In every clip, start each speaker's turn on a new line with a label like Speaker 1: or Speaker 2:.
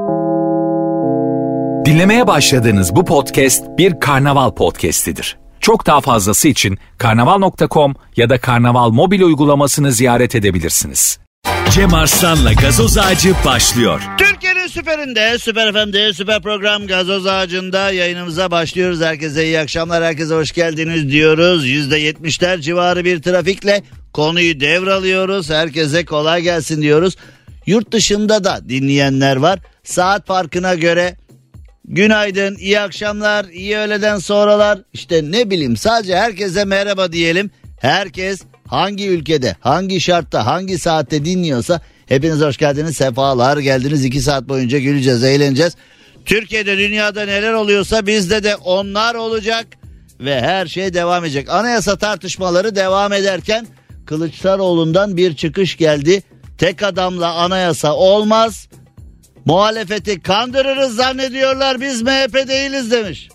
Speaker 1: Dinlemeye başladığınız bu podcast bir karnaval podcastidir. Çok daha fazlası için karnaval.com ya da karnaval mobil uygulamasını ziyaret edebilirsiniz.
Speaker 2: Cem Arslan'la Gazoz Ağacı başlıyor.
Speaker 3: Türkiye'nin süperinde, Süper FM'de, süper program Gazoz Ağacı'nda yayınımıza başlıyoruz. Herkese iyi akşamlar, herkese hoş geldiniz diyoruz. %70'ler civarı bir trafikle konuyu devralıyoruz. Herkese kolay gelsin diyoruz. Yurt dışında da dinleyenler var. Saat farkına göre günaydın, iyi akşamlar, iyi öğleden sonralar. İşte ne bileyim, sadece herkese merhaba diyelim. Herkes hangi ülkede, hangi şartta, hangi saatte dinliyorsa hepiniz hoş geldiniz, sefalar geldiniz. 2 saat boyunca güleceğiz, eğleneceğiz. Türkiye'de, dünyada neler oluyorsa bizde de onlar olacak ve her şey devam edecek. Anayasa tartışmaları devam ederken Kılıçdaroğlu'ndan bir çıkış geldi. Tek adamla anayasa olmaz. Muhalefeti kandırırız zannediyorlar, biz MHP değiliz demiş.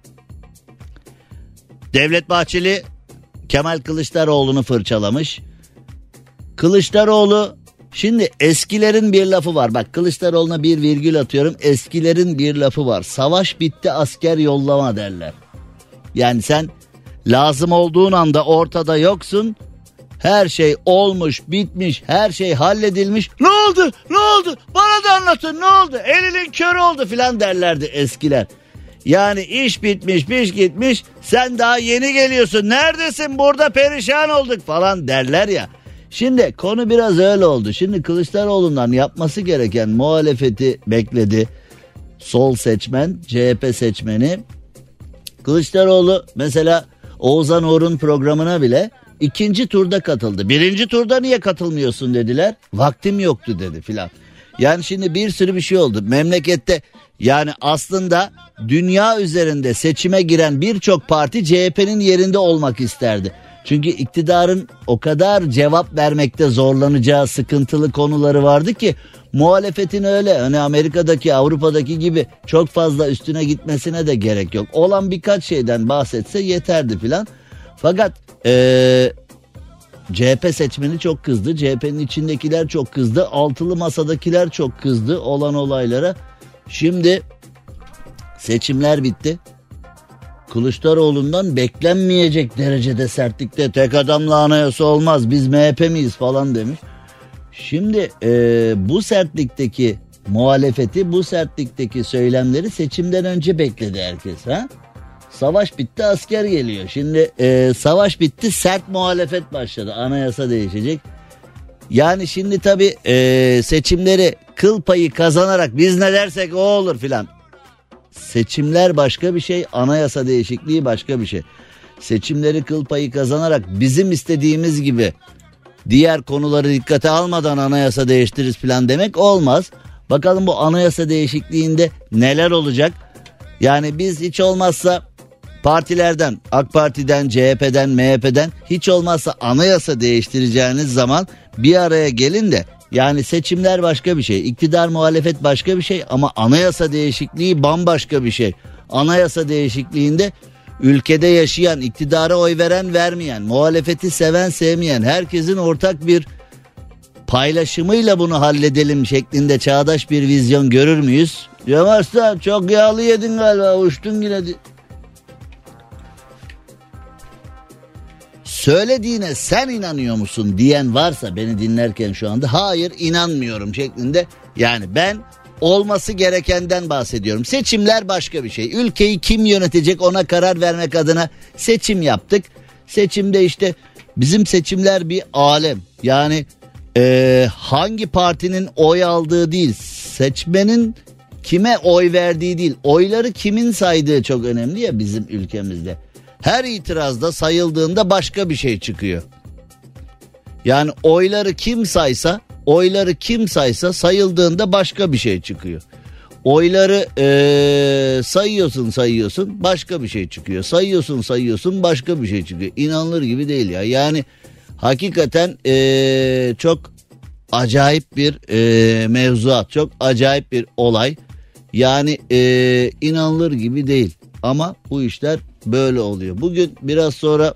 Speaker 3: Devlet Bahçeli Kemal Kılıçdaroğlu'nu fırçalamış. Kılıçdaroğlu, şimdi eskilerin bir lafı var. Bak, Kılıçdaroğlu'na bir virgül atıyorum. Eskilerin bir lafı var. Savaş bitti, asker yollama derler. Yani sen lazım olduğun anda ortada yoksun. Her şey olmuş, bitmiş, her şey halledilmiş. Ne oldu? Ne oldu? Bana da anlatın, ne oldu? Elinin körü oldu filan derlerdi eskiler. Yani iş bitmiş, piş gitmiş, sen daha yeni geliyorsun. Neredesin? Burada perişan olduk falan derler ya. Şimdi konu biraz öyle oldu. Şimdi Kılıçdaroğlu'ndan yapması gereken muhalefeti bekledi. Sol seçmen, CHP seçmeni. Kılıçdaroğlu mesela Oğuzhan Uğur'un programına bile 2. turda katıldı. 1. turda niye katılmıyorsun dediler. Vaktim yoktu dedi filan. Yani şimdi bir sürü bir şey oldu. Memlekette yani aslında dünya üzerinde seçime giren birçok parti CHP'nin yerinde olmak isterdi. Çünkü iktidarın o kadar cevap vermekte zorlanacağı sıkıntılı konuları vardı ki muhalefetin öyle hani Amerika'daki, Avrupa'daki gibi çok fazla üstüne gitmesine de gerek yok. Olan birkaç şeyden bahsetse yeterdi filan. Fakat CHP seçmeni çok kızdı. CHP'nin içindekiler çok kızdı. Altılı masadakiler çok kızdı olan olaylara. Şimdi seçimler bitti. Kılıçdaroğlu'ndan beklenmeyecek derecede sertlikte tek adamla anayasa olmaz, biz MHP miyiz falan demiş. Şimdi bu sertlikteki muhalefeti, bu sertlikteki söylemleri seçimden önce bekledi herkes. Ha? Savaş bitti, asker geliyor. Şimdi savaş bitti, sert muhalefet başladı. Anayasa değişecek. Yani şimdi tabii seçimleri kıl payı kazanarak biz ne dersek o olur filan. Seçimler başka bir şey, anayasa değişikliği başka bir şey. Seçimleri kıl payı kazanarak bizim istediğimiz gibi diğer konuları dikkate almadan anayasa değiştiririz filan demek olmaz. Bakalım bu anayasa değişikliğinde neler olacak? Yani biz hiç olmazsa partilerden, AK Parti'den, CHP'den, MHP'den hiç olmazsa anayasa değiştireceğiniz zaman bir araya gelin de, yani seçimler başka bir şey, iktidar muhalefet başka bir şey ama anayasa değişikliği bambaşka bir şey. Anayasa değişikliğinde ülkede yaşayan, iktidara oy veren vermeyen, muhalefeti seven sevmeyen herkesin ortak bir paylaşımıyla bunu halledelim şeklinde çağdaş bir vizyon görür müyüz? Yavaşta çok yağlı yedin galiba, uçtun yine. Söylediğine sen inanıyor musun diyen varsa beni dinlerken şu anda, hayır inanmıyorum şeklinde, yani ben olması gerekenden bahsediyorum. Seçimler başka bir şey. Ülkeyi kim yönetecek ona karar vermek adına seçim yaptık. Seçimde işte bizim seçimler bir alem. Yani hangi partinin oy aldığı değil, seçmenin kime oy verdiği değil, oyları kimin saydığı çok önemli ya bizim ülkemizde. Her itirazda sayıldığında başka bir şey çıkıyor. Yani oyları kim saysa sayıldığında başka bir şey çıkıyor. Oyları sayıyorsun başka bir şey çıkıyor. Sayıyorsun başka bir şey çıkıyor. İnanılır gibi değil ya. Yani hakikaten çok acayip bir mevzuat, çok acayip bir olay. Yani inanılır gibi değil ama bu işler böyle oluyor. Bugün biraz sonra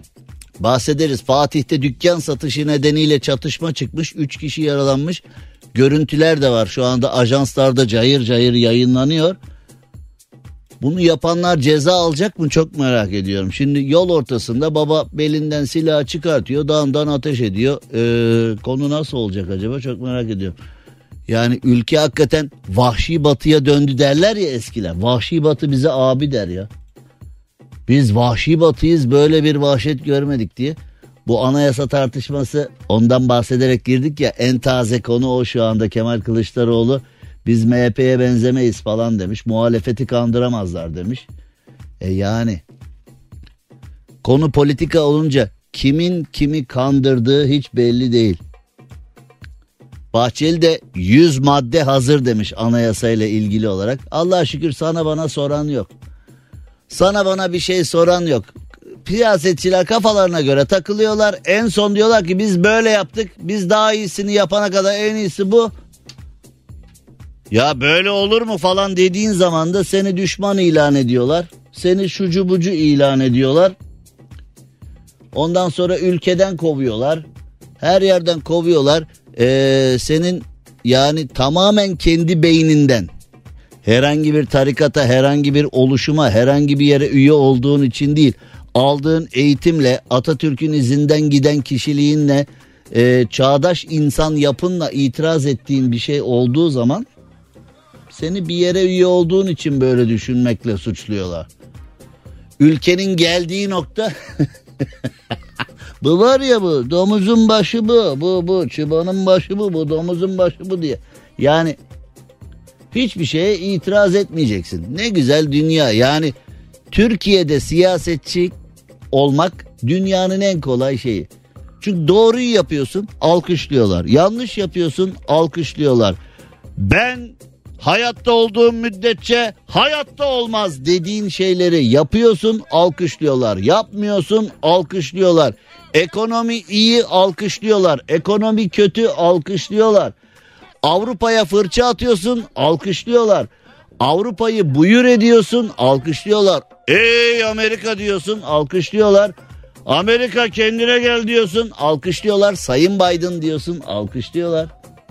Speaker 3: bahsederiz. Fatih'te dükkan satışı nedeniyle çatışma çıkmış. 3 kişi yaralanmış. görüntüler de var şu anda, ajanslarda cayır cayır yayınlanıyor. Bunu yapanlar ceza alacak mı çok merak ediyorum. Şimdi yol ortasında baba belinden silahı çıkartıyor, dağından ateş ediyor. Konu nasıl olacak acaba, çok merak ediyorum. Yani ülke hakikaten vahşi batıya döndü derler ya eskiler. Vahşi batı bize abi der ya. Biz vahşi batıyız, böyle bir vahşet görmedik diye. Bu anayasa tartışması, ondan bahsederek girdik ya, en taze konu o şu anda. Kemal Kılıçdaroğlu biz MHP'ye benzemeyiz falan demiş. Muhalefeti kandıramazlar demiş. Yani konu politika olunca kimin kimi kandırdığı hiç belli değil. Bahçeli de 100 madde hazır demiş anayasayla ilgili olarak. Allah'a şükür sana bana soran yok. Sana bana bir şey soran yok. Siyasetçiler kafalarına göre takılıyorlar. En son diyorlar ki biz böyle yaptık. Biz daha iyisini yapana kadar en iyisi bu. Ya böyle olur mu falan dediğin zaman da seni düşman ilan ediyorlar. Seni şucu bucu ilan ediyorlar. Ondan sonra ülkeden kovuyorlar. Her yerden kovuyorlar. Senin yani tamamen kendi beyninden, herhangi bir tarikata, herhangi bir oluşuma, herhangi bir yere üye olduğun için değil, aldığın eğitimle, Atatürk'ün izinden giden kişiliğinle, çağdaş insan yapınla itiraz ettiğin bir şey olduğu zaman seni bir yere üye olduğun için böyle düşünmekle suçluyorlar. Ülkenin geldiği nokta bu var ya, bu domuzun başı bu çıbanın başı bu domuzun başı bu diye. Yani hiçbir şeye itiraz etmeyeceksin. Ne güzel dünya. Yani Türkiye'de siyasetçi olmak dünyanın en kolay şeyi. Çünkü doğruyu yapıyorsun, alkışlıyorlar. Yanlış yapıyorsun, alkışlıyorlar. Ben hayatta olduğum müddetçe hayatta olmaz dediğin şeyleri yapıyorsun, alkışlıyorlar. Yapmıyorsun, alkışlıyorlar. Ekonomi iyi, alkışlıyorlar. Ekonomi kötü, alkışlıyorlar. Avrupa'ya fırça atıyorsun, alkışlıyorlar. Avrupa'yı buyur ediyorsun, alkışlıyorlar. Ey Amerika diyorsun, alkışlıyorlar. Amerika kendine gel diyorsun, alkışlıyorlar. Sayın Biden diyorsun, alkışlıyorlar.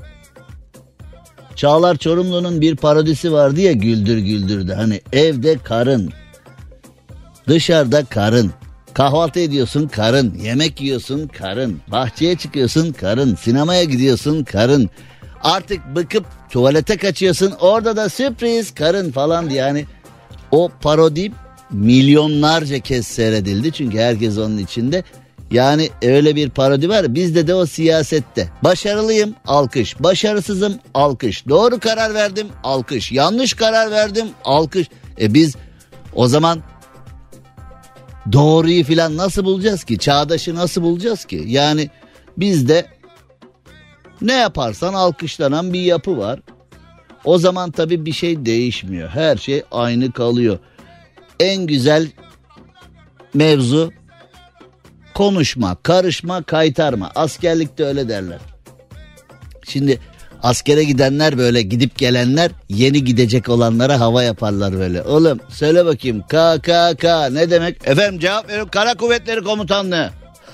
Speaker 3: Çağlar Çorumlu'nun bir parodisi vardı ya, Güldür Güldür'de. Hani evde karın, dışarıda karın, kahvaltı ediyorsun karın, yemek yiyorsun karın, bahçeye çıkıyorsun karın, sinemaya gidiyorsun karın. Artık bıkıp tuvalete kaçıyorsun, orada da sürpriz karın falan diye. Yani o parodi milyonlarca kez seyredildi çünkü herkes onun içinde. Yani öyle bir parodi var. Bizde de o siyasette. Başarılıyım, alkış. Başarısızım, alkış. Doğru karar verdim, alkış. Yanlış karar verdim, alkış. Biz o zaman doğruyu filan nasıl bulacağız ki? Çağdaşı nasıl bulacağız ki? Yani bizde ne yaparsan alkışlanan bir yapı var. O zaman tabii bir şey değişmiyor. Her şey aynı kalıyor. En güzel mevzu konuşma, karışma, kaytarma. Askerlikte öyle derler. Şimdi askere gidenler, böyle gidip gelenler yeni gidecek olanlara hava yaparlar böyle. Oğlum söyle bakayım, KKK ne demek? Efendim cevap veriyorum, Kara Kuvvetleri Komutanlığı.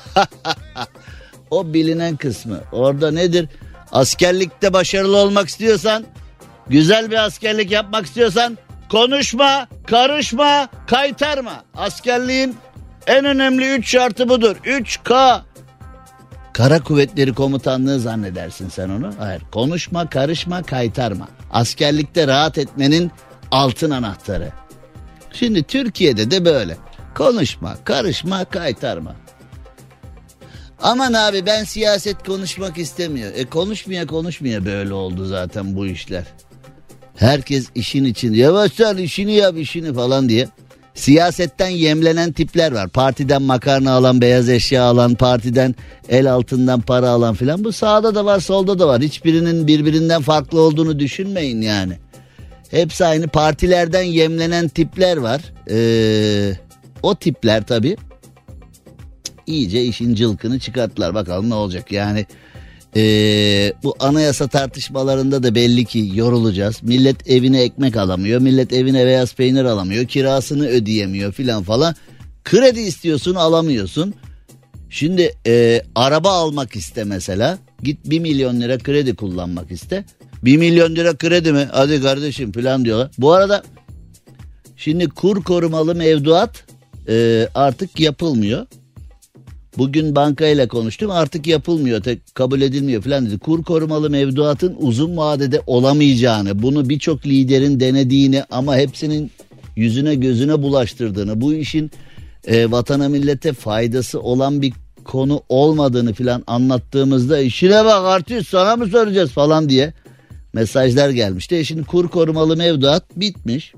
Speaker 3: O bilinen kısmı. Orada nedir? Askerlikte başarılı olmak istiyorsan, güzel bir askerlik yapmak istiyorsan konuşma, karışma, kaytarma. Askerliğin en önemli 3 şartı budur. 3K. Kara Kuvvetleri Komutanlığı zannedersin sen onu. Hayır. Konuşma, karışma, kaytarma. Askerlikte rahat etmenin altın anahtarı. Şimdi Türkiye'de de böyle. Konuşma, karışma, kaytarma. Aman abi ben siyaset konuşmak istemiyor. Konuşmaya böyle oldu zaten bu işler. Herkes işin içinde. Yavaştan işini yap işini falan diye. Siyasetten yemlenen tipler var. Partiden makarna alan, beyaz eşya alan, partiden el altından para alan filan. Bu sağda da var, solda da var. Hiçbirinin birbirinden farklı olduğunu düşünmeyin yani. Hepsi aynı. Partilerden yemlenen tipler var. O tipler tabii iyice işin cılkını çıkarttılar. Bakalım ne olacak yani. Bu anayasa tartışmalarında da belli ki yorulacağız. Millet evine ekmek alamıyor. Millet evine beyaz peynir alamıyor. Kirasını ödeyemiyor filan falan. Kredi istiyorsun, alamıyorsun. Şimdi araba almak iste mesela. Git 1 milyon lira kredi kullanmak iste. 1 milyon lira kredi mi? Hadi kardeşim falan diyorlar. Bu arada şimdi kur korumalı mevduat artık yapılmıyor. Bugün bankayla konuştum, artık yapılmıyor, kabul edilmiyor falan dedi. Kur korumalı mevduatın uzun vadede olamayacağını, bunu birçok liderin denediğini ama hepsinin yüzüne gözüne bulaştırdığını, bu işin vatana millete faydası olan bir konu olmadığını falan anlattığımızda işine bak artist sana mı soracağız falan diye mesajlar gelmişti. Şimdi kur korumalı mevduat bitmiş.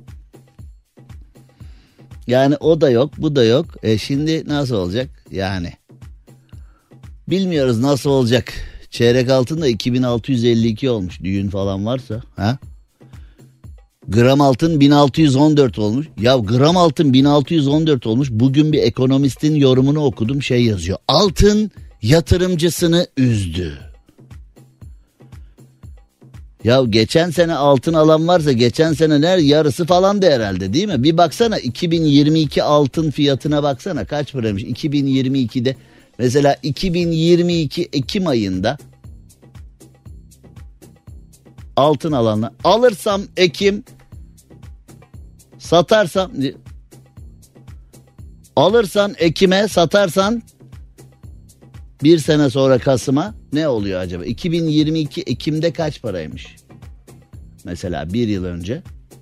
Speaker 3: Yani o da yok, bu da yok. Şimdi nasıl olacak? Yani bilmiyoruz nasıl olacak. Çeyrek altın da 2652 olmuş. Düğün falan varsa. Ha? Gram altın 1614 olmuş. Ya gram altın 1614 olmuş. Bugün bir ekonomistin yorumunu okudum, şey yazıyor. Altın yatırımcısını üzdü. Ya geçen sene altın alan varsa geçen sene yarısı falan da herhalde değil mi? Bir baksana 2022 altın fiyatına baksana kaç paraymış 2022'de. Mesela 2022 Ekim ayında altın alanlar alırsam Ekim, satarsan alırsan Ekim'e, satarsan bir sene sonra Kasım'a ne oluyor acaba? 2022 Ekim'de kaç paraymış? Mesela bir yıl önce.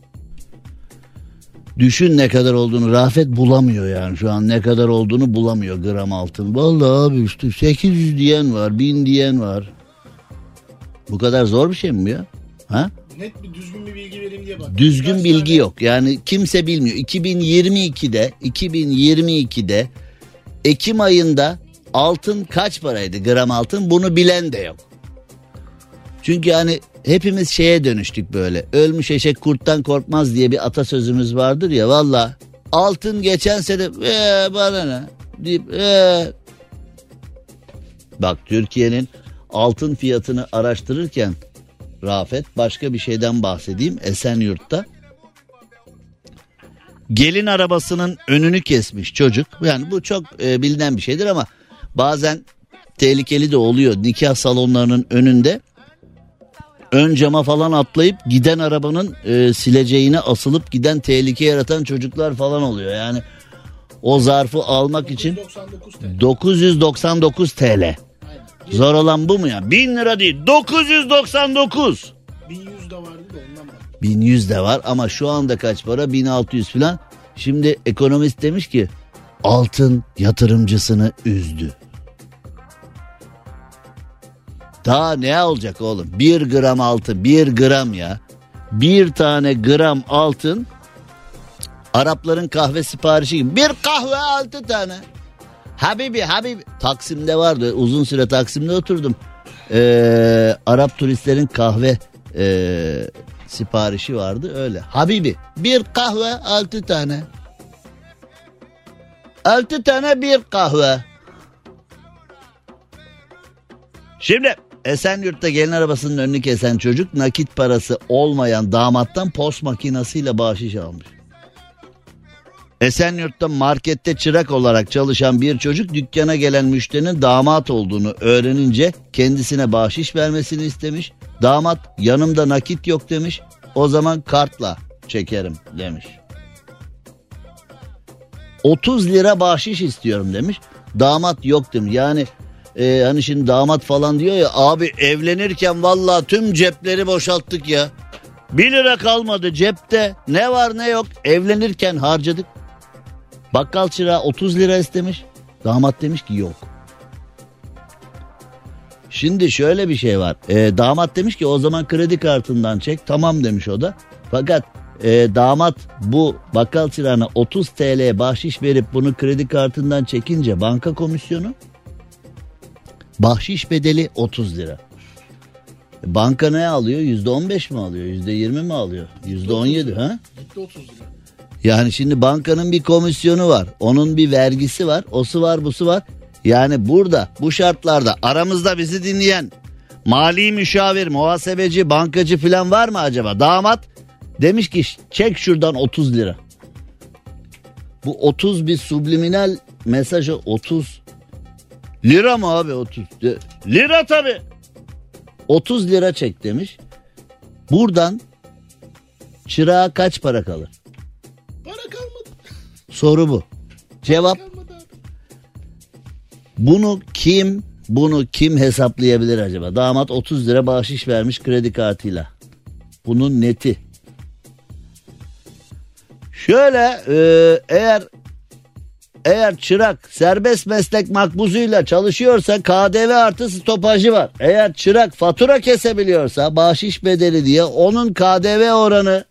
Speaker 3: Düşün ne kadar olduğunu. Rafet bulamıyor yani şu an ne kadar olduğunu bulamıyor gram altın. Vallahi abi işte 800 diyen var, 1000 diyen var. Bu kadar zor bir şey mi bu ya? Ha?
Speaker 4: Net bir düzgün bir bilgi vereyim diye bak.
Speaker 3: Düzgün bilgi yok. Yani kimse bilmiyor. 2022'de Ekim ayında altın kaç paraydı, gram altın? Bunu bilen de yok. Çünkü yani hepimiz şeye dönüştük böyle. Ölmüş eşek kurttan korkmaz diye bir atasözümüz vardır ya. Valla altın geçen sene bana ne deyip Bak Türkiye'nin altın fiyatını araştırırken Rafet başka bir şeyden bahsedeyim. Esenyurt'ta gelin arabasının önünü kesmiş çocuk. Yani bu çok bilinen bir şeydir ama bazen tehlikeli de oluyor. Nikah salonlarının önünde ön cama falan atlayıp giden arabanın sileceğine asılıp giden, tehlike yaratan çocuklar falan oluyor. Yani o zarfı almak için 999 TL. Zor olan bu mu ya? 1000 lira değil, 999.
Speaker 4: 1100 de vardı da ondan bak.
Speaker 3: 1100 de var ama şu anda kaç para? 1600 falan. Şimdi ekonomist demiş ki altın yatırımcısını üzdü. Daha ne olacak oğlum? 1 gram altın, 1 gram ya. Bir tane gram altın Arapların kahve siparişi gibi. Bir kahve 6 tane. Habibi. Taksim'de vardı. Uzun süre Taksim'de oturdum. Arap turistlerin kahve siparişi vardı öyle. Habibi. Bir kahve 6 tane. 6 tane bir kahve. Şimdi Esenyurt'ta gelin arabasının önünü kesen çocuk nakit parası olmayan damattan post makinesiyle bahşiş almış. Esenyurt'ta markette çırak olarak çalışan bir çocuk dükkana gelen müşterinin damat olduğunu öğrenince kendisine bahşiş vermesini istemiş. Damat yanımda nakit yok demiş. O zaman kartla çekerim demiş. 30 lira bahşiş istiyorum demiş. Damat yok demiş. Yani hani şimdi damat falan diyor ya, abi evlenirken vallahi tüm cepleri boşalttık ya. 1 lira kalmadı cepte, ne var ne yok, evlenirken harcadık. Bakkal çırağı 30 lira istemiş. Damat demiş ki yok. Şimdi şöyle bir şey var. Damat demiş ki o zaman kredi kartından çek. Tamam demiş o da. Fakat damat bu bakkal çırağına 30 TL bahşiş verip bunu kredi kartından çekince banka komisyonu, bahşiş bedeli 30 lira. Banka ne alıyor? %15 mi alıyor? %20 mi alıyor? %17 ha?
Speaker 4: Gitti 30 lira.
Speaker 3: Yani şimdi bankanın bir komisyonu var. Onun bir vergisi var. Osu var, busu var. Yani burada bu şartlarda aramızda bizi dinleyen mali müşavir, muhasebeci, bankacı falan var mı acaba? Damat demiş ki çek şuradan 30 lira. Bu 30 bir subliminal mesajı. 30 lira mı abi 30? Lira tabii. 30 lira çek demiş. Buradan çırağa kaç para kalır?
Speaker 4: Para kalmadı.
Speaker 3: Soru bu. Cevap,
Speaker 4: Kalmadı abi.
Speaker 3: bunu kim hesaplayabilir acaba? Damat 30 lira bahşiş vermiş kredi kartıyla. Bunun neti. Şöyle eğer çırak serbest meslek makbuzuyla çalışıyorsa KDV artı stopajı var. Eğer çırak fatura kesebiliyorsa bahşiş bedeli diye onun KDV oranı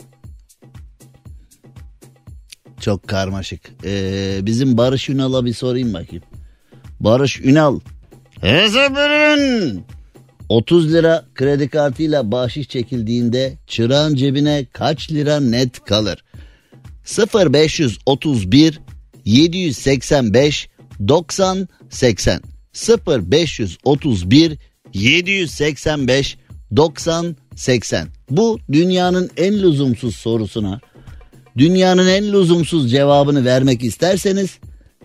Speaker 3: çok karmaşık. Bizim Barış Ünal'a bir sorayım bakayım. Barış Ünal, hesaplayın. 30 lira kredi kartıyla bahşiş çekildiğinde çırağın cebine kaç lira net kalır? 0531 785 90 80 0531 785 90 80. Bu dünyanın en lüzumsuz sorusuna dünyanın en lüzumsuz cevabını vermek isterseniz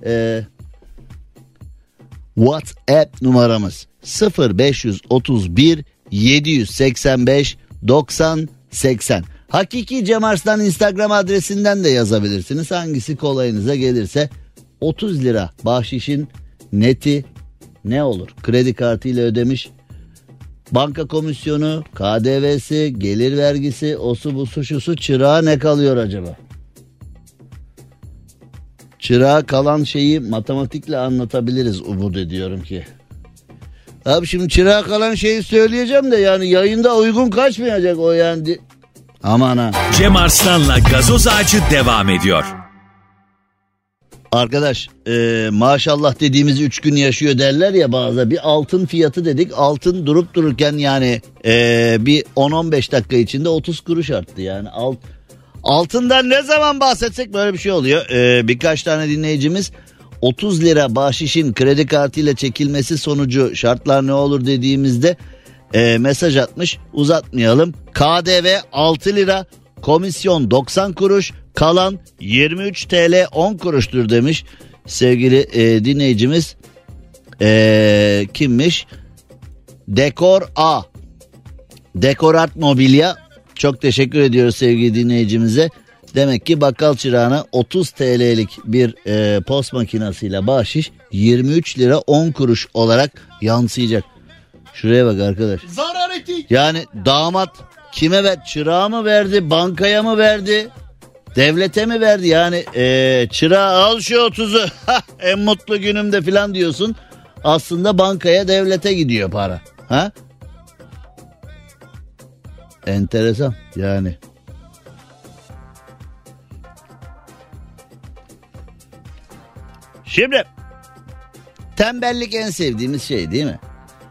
Speaker 3: WhatsApp numaramız 0531 785 90 80. Hakiki Cem Arslan Instagram adresinden de yazabilirsiniz. Hangisi kolayınıza gelirse. 30 lira bahşişin neti ne olur? Kredi kartıyla ödemiş. Banka komisyonu, KDV'si, gelir vergisi, osu busu şusu, çırağa ne kalıyor acaba? Çırağa kalan şeyi matematikle anlatabiliriz umut ediyorum ki. Abi şimdi çırağa kalan şeyi söyleyeceğim de yani yayında uygun kaçmayacak o yani. Aman ha.
Speaker 2: Cem Arslan'la Gazoz Ağacı devam ediyor.
Speaker 3: Arkadaş maşallah dediğimiz 3 gün yaşıyor derler ya bazı. Bir altın fiyatı dedik. Altın durup dururken yani bir 10-15 dakika içinde 30 kuruş arttı yani. Altından ne zaman bahsetsek böyle bir şey oluyor. Birkaç tane dinleyicimiz 30 lira bahşişin kredi kartıyla çekilmesi sonucu şartlar ne olur dediğimizde mesaj atmış. Uzatmayalım. KDV 6 lira, komisyon 90 kuruş, kalan 23 TL 10 kuruştur demiş sevgili dinleyicimiz. Kimmiş? Dekor A. Dekorat Mobilya. Çok teşekkür ediyoruz sevgili dinleyicimize. Demek ki bakkal çırağına 30 TL'lik bir post makinesiyle bahşiş 23 lira 10 kuruş olarak yansıyacak. Şuraya bak arkadaş.
Speaker 4: Zarar ettik.
Speaker 3: Yani damat kime ver? Çırağa mı verdi? Bankaya mı verdi? Devlete mi verdi? Yani çırağa al şu 30'u en mutlu günümde falan diyorsun. Aslında bankaya, devlete gidiyor para. Ha? Enteresan yani. Şimdi tembellik en sevdiğimiz şey değil mi?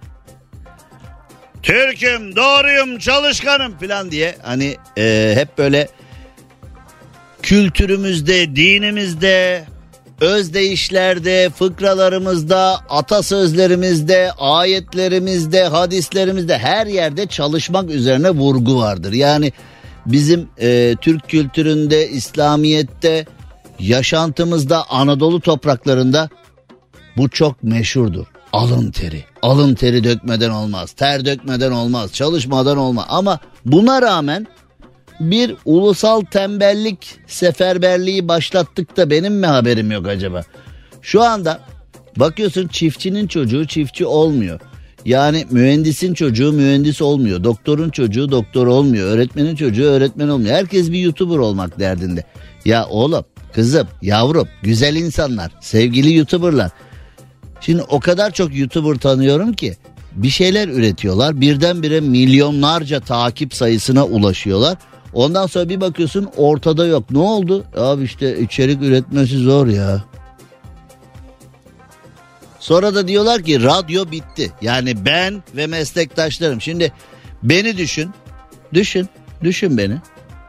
Speaker 3: Türk'üm, doğruyum, çalışkanım falan diye hani hep böyle kültürümüzde, dinimizde, özdeyişlerde, fıkralarımızda, atasözlerimizde, ayetlerimizde, hadislerimizde her yerde çalışmak üzerine vurgu vardır. Yani bizim Türk kültüründe, İslamiyet'te, yaşantımızda, Anadolu topraklarında bu çok meşhurdur. Alın teri. Alın teri dökmeden olmaz. Ter dökmeden olmaz. Çalışmadan olmaz. Ama buna rağmen bir ulusal tembellik seferberliği başlattık da benim mi haberim yok acaba? Şu anda bakıyorsun çiftçinin çocuğu çiftçi olmuyor. Yani mühendisin çocuğu mühendis olmuyor. Doktorun çocuğu doktor olmuyor. Öğretmenin çocuğu öğretmen olmuyor. Herkes bir YouTuber olmak derdinde. Ya oğlum, kızım, yavrum, güzel insanlar, sevgili YouTuber'lar. Şimdi o kadar çok YouTuber tanıyorum ki bir şeyler üretiyorlar. Birdenbire milyonlarca takip sayısına ulaşıyorlar. Ondan sonra bir bakıyorsun ortada yok. Ne oldu? Abi işte içerik üretmesi zor ya. Sonra da diyorlar ki radyo bitti. Yani ben ve meslektaşlarım. Şimdi beni düşün. Düşün beni.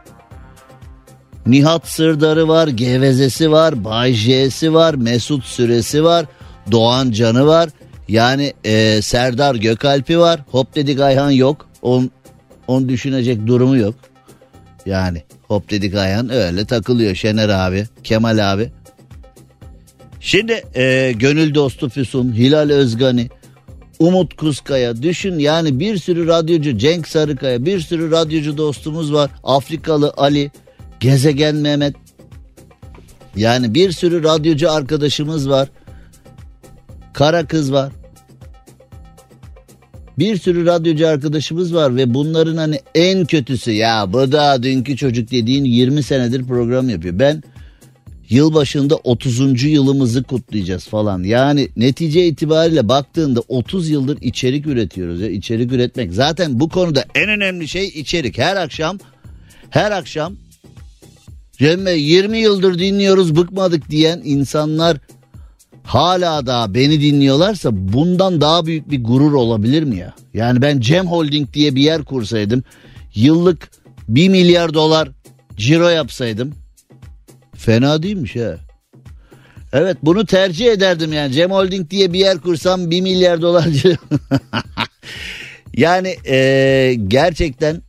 Speaker 3: Nihat Sırdar'ı var, Gevezesi var, Bay J'si var, Mesut Süresi var, Doğan Can'ı var. Yani Serdar Gökalp'i var. Hop dedik Ayhan yok. Onu düşünecek durumu yok. Yani hop dedik Ayhan öyle takılıyor. Şener abi, Kemal abi. Şimdi Gönül Dostu Füsun, Hilal Özgani. Umut Kuzkaya, düşün yani, bir sürü radyocu, Cenk Sarıkaya, bir sürü radyocu dostumuz var. Afrikalı Ali, Gezegen Mehmet. Yani bir sürü radyocu arkadaşımız var. Kara Kız var. Bir sürü radyocu arkadaşımız var ve bunların hani en kötüsü, ya bu da dünkü çocuk dediğin 20 senedir program yapıyor. Ben yılbaşında 30. yılımızı kutlayacağız falan. Yani netice itibariyle baktığında 30 yıldır içerik üretiyoruz ya. İçerik üretmek zaten bu konuda en önemli şey içerik. Her akşam Cem Bey 20 yıldır dinliyoruz bıkmadık diyen insanlar hala daha beni dinliyorlarsa bundan daha büyük bir gurur olabilir mi ya? Yani ben Cem Holding diye bir yer kursaydım, yıllık 1 milyar dolar ciro yapsaydım, fena değilmiş ha. Evet, bunu tercih ederdim yani. Cem Holding diye bir yer kursam 1 milyar dolar ciro. Yani gerçekten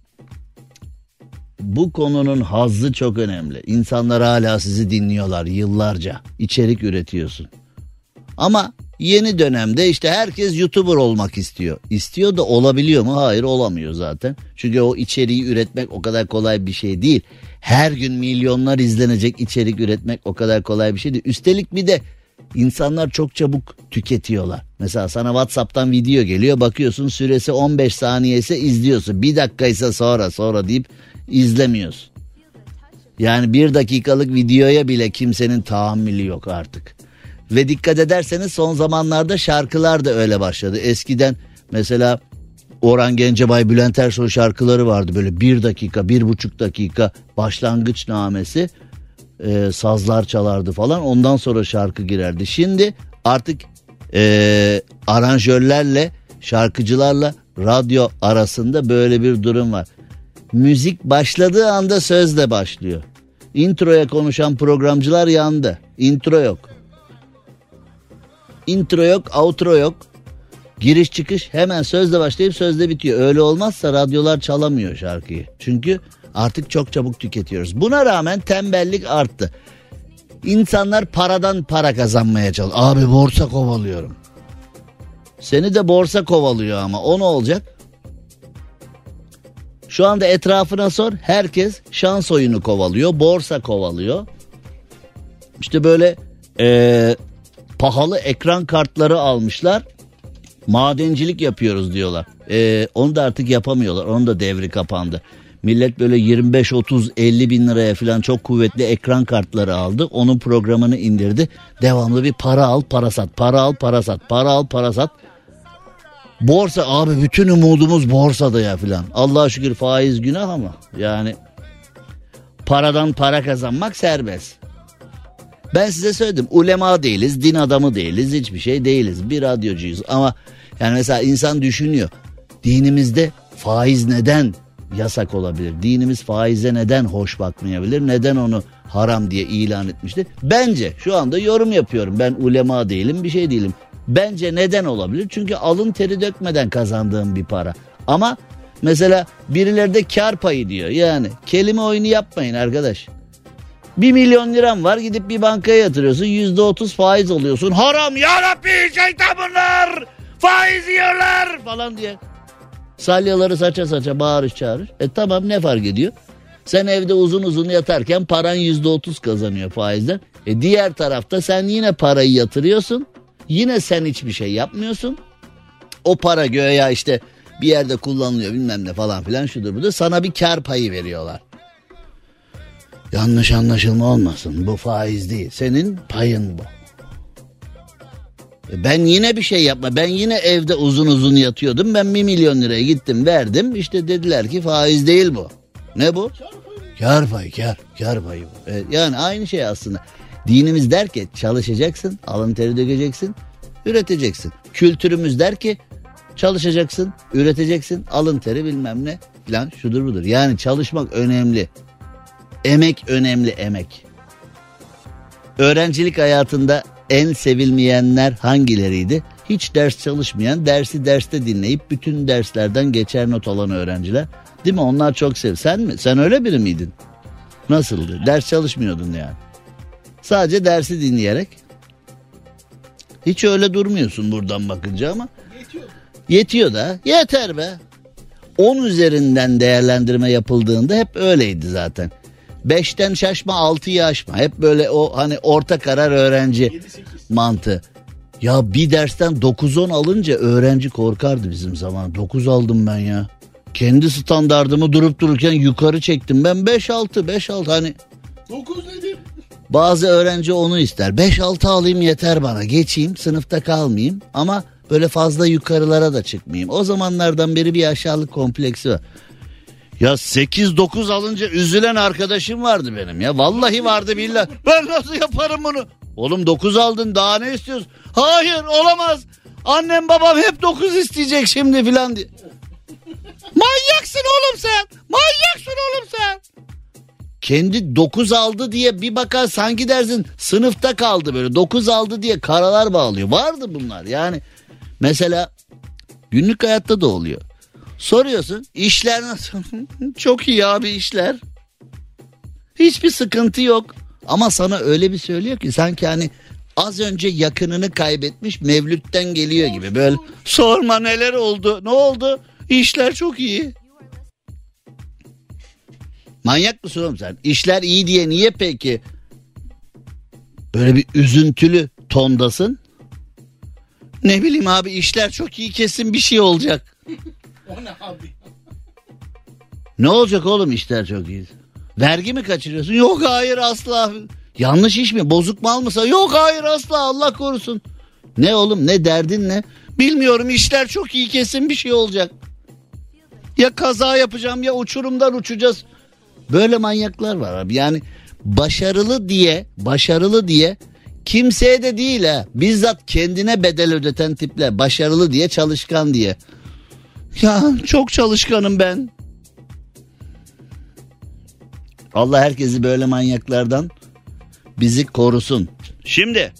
Speaker 3: bu konunun hazzı çok önemli. İnsanlar hala sizi dinliyorlar yıllarca. İçerik üretiyorsun. Ama yeni dönemde işte herkes YouTuber olmak istiyor. İstiyor da olabiliyor mu? Hayır, olamıyor zaten. Çünkü o içeriği üretmek o kadar kolay bir şey değil. Her gün milyonlar izlenecek içerik üretmek o kadar kolay bir şey değil. Üstelik bir de insanlar çok çabuk tüketiyorlar. Mesela sana WhatsApp'tan video geliyor, bakıyorsun süresi 15 saniye ise izliyorsun. 1 dakika ise sonra deyip izlemiyorsun. Yani 1 dakikalık videoya bile kimsenin tahammülü yok artık. Ve dikkat ederseniz son zamanlarda şarkılar da öyle başladı. Eskiden mesela Orhan Gencebay, Bülent Ersoy şarkıları vardı. Böyle 1 dakika, 1,5 dakika başlangıç namesi, sazlar çalardı falan. Ondan sonra şarkı girerdi. Şimdi artık aranjörlerle, şarkıcılarla radyo arasında böyle bir durum var. Müzik başladığı anda söz de başlıyor. Introya konuşan programcılar yandı. Intro yok. Intro yok, outro yok. Giriş çıkış hemen sözle başlayıp sözle bitiyor. Öyle olmazsa radyolar çalamıyor şarkıyı. Çünkü artık çok çabuk tüketiyoruz. Buna rağmen tembellik arttı. İnsanlar paradan para kazanmaya çalışıyor. Abi borsa kovalıyorum. Seni de borsa kovalıyor ama o ne olacak? Şu anda etrafına sor. Herkes şans oyunu kovalıyor. Borsa kovalıyor. İşte böyle pahalı ekran kartları almışlar. Madencilik yapıyoruz diyorlar. Onu da artık yapamıyorlar. Onun da devri kapandı. Millet böyle 25-30-50 bin liraya falan çok kuvvetli ekran kartları aldı. Onun programını indirdi. Devamlı bir para al para sat. Para al para sat. Para al para sat. Borsa abi, bütün umudumuz borsada ya filan. Allah'a şükür faiz günah ama yani paradan para kazanmak serbest. Ben size söyledim, ulema değiliz, din adamı değiliz, hiçbir şey değiliz, bir radyocuyuz. Ama yani mesela insan düşünüyor, dinimizde faiz neden yasak olabilir? Dinimiz faize neden hoş bakmayabilir? Neden onu haram diye ilan etmiştir? Bence, şu anda yorum yapıyorum, ben ulema değilim, bir şey değilim. Bence neden olabilir? Çünkü alın teri dökmeden kazandığım bir para. Ama mesela birileri de kar payı diyor. Yani kelime oyunu yapmayın arkadaş. 1 milyon liram var, gidip bir bankaya yatırıyorsun, %30 faiz alıyorsun. Haram yarabbi, şeytan bunlar, faiz yiyorlar falan diye. Salyaları saça saça bağırış çağırış. Tamam, ne fark ediyor? Sen evde uzun uzun yatarken paran %30 kazanıyor faizden. Diğer tarafta sen yine parayı yatırıyorsun. Yine sen hiçbir şey yapmıyorsun. O para göğe işte bir yerde kullanılıyor bilmem ne falan filan, şudur budur. Sana bir kar payı veriyorlar. Yanlış anlaşılma olmasın. Bu faiz değil. Senin payın bu. Ben yine bir şey yapma. Ben yine evde uzun uzun yatıyordum. Ben 1 milyon liraya gittim verdim. İşte dediler ki faiz değil bu. Ne bu? Kar payı. Kar payı bu. Yani aynı şey aslında. Dinimiz der ki çalışacaksın, alın teri dökeceksin, üreteceksin. Kültürümüz der ki çalışacaksın, üreteceksin, alın teri bilmem ne falan, şudur budur. Yani çalışmak önemli. Emek önemli, emek. Öğrencilik hayatında en sevilmeyenler hangileriydi? Hiç ders çalışmayan, dersi derste dinleyip bütün derslerden geçer not alan öğrenciler. Değil mi? Onlar çok sev. Sen mi? Sen öyle biri miydin? Nasıldı? Ders çalışmıyordun yani. Sadece dersi dinleyerek. Hiç öyle durmuyorsun buradan bakınca ama. Yetiyor da yeter be. 10 üzerinden değerlendirme yapıldığında hep öyleydi zaten. 5'ten şaşma 6'yı aşma. Hep böyle o hani orta karar öğrenci
Speaker 4: 7-8
Speaker 3: mantığı. Ya bir dersten 9-10 alınca öğrenci korkardı bizim zaman. 9 aldım ben ya. Kendi standardımı durup dururken yukarı çektim. Ben 5-6 hani.
Speaker 4: 9 dedim.
Speaker 3: Bazı öğrenci onu ister. 5-6 alayım yeter bana. Geçeyim, sınıfta kalmayayım ama böyle fazla yukarılara da çıkmayayım. O zamanlardan beri bir aşağılık kompleksi var. Ya 8-9 alınca üzülen arkadaşım vardı benim ya. Vallahi vardı billahi. Ben nasıl yaparım bunu? Oğlum 9 aldın, daha ne istiyorsun? Hayır, olamaz. Annem babam hep 9 isteyecek şimdi filan diye. Manyaksın oğlum sen. Manyaksın oğlum sen. Kendi 9 aldı diye bir bakar sanki dersin sınıfta kaldı böyle. 9 aldı diye karalar bağlıyor. Vardı bunlar yani. Mesela günlük hayatta da oluyor. Soruyorsun, işler nasıl? Çok iyi abi işler. Hiçbir sıkıntı yok. Ama sana öyle bir söylüyor ki sanki hani az önce yakınını kaybetmiş Mevlüt'ten geliyor gibi. Böyle sorma neler oldu, ne oldu? İşler çok iyi. Manyak mısın oğlum sen? İşler iyi diye niye peki böyle bir üzüntülü tondasın? Ne bileyim abi, işler çok iyi, kesin bir şey olacak.
Speaker 4: O ne abi?
Speaker 3: Ne olacak oğlum işler çok iyi? Vergi mi kaçırıyorsun? Yok hayır asla. Yanlış iş mi? Bozuk mal mı? Yok hayır asla, Allah korusun. Ne oğlum, ne derdin ne? Bilmiyorum, işler çok iyi, kesin bir şey olacak. Ya kaza yapacağım ya uçurumdan uçacağız. Böyle manyaklar var abi. Yani başarılı diye kimseye de değil ha. Bizzat kendine bedel ödeten tipler. Başarılı diye, çalışkan diye. Ya çok çalışkanım ben. Allah herkesi böyle manyaklardan bizi korusun. Şimdi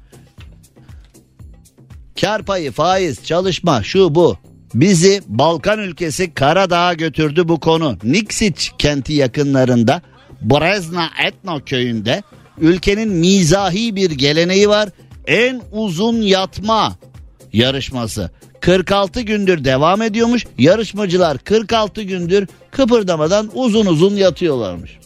Speaker 3: kar payı, faiz, çalışma, şu bu. Bizi Balkan ülkesi Karadağ'a götürdü bu konu. Niksiç kenti yakınlarında Brezna Etno köyünde ülkenin mizahi bir geleneği var. En uzun yatma yarışması. 46 gündür devam ediyormuş. Yarışmacılar 46 gündür kıpırdamadan uzun uzun yatıyorlarmış.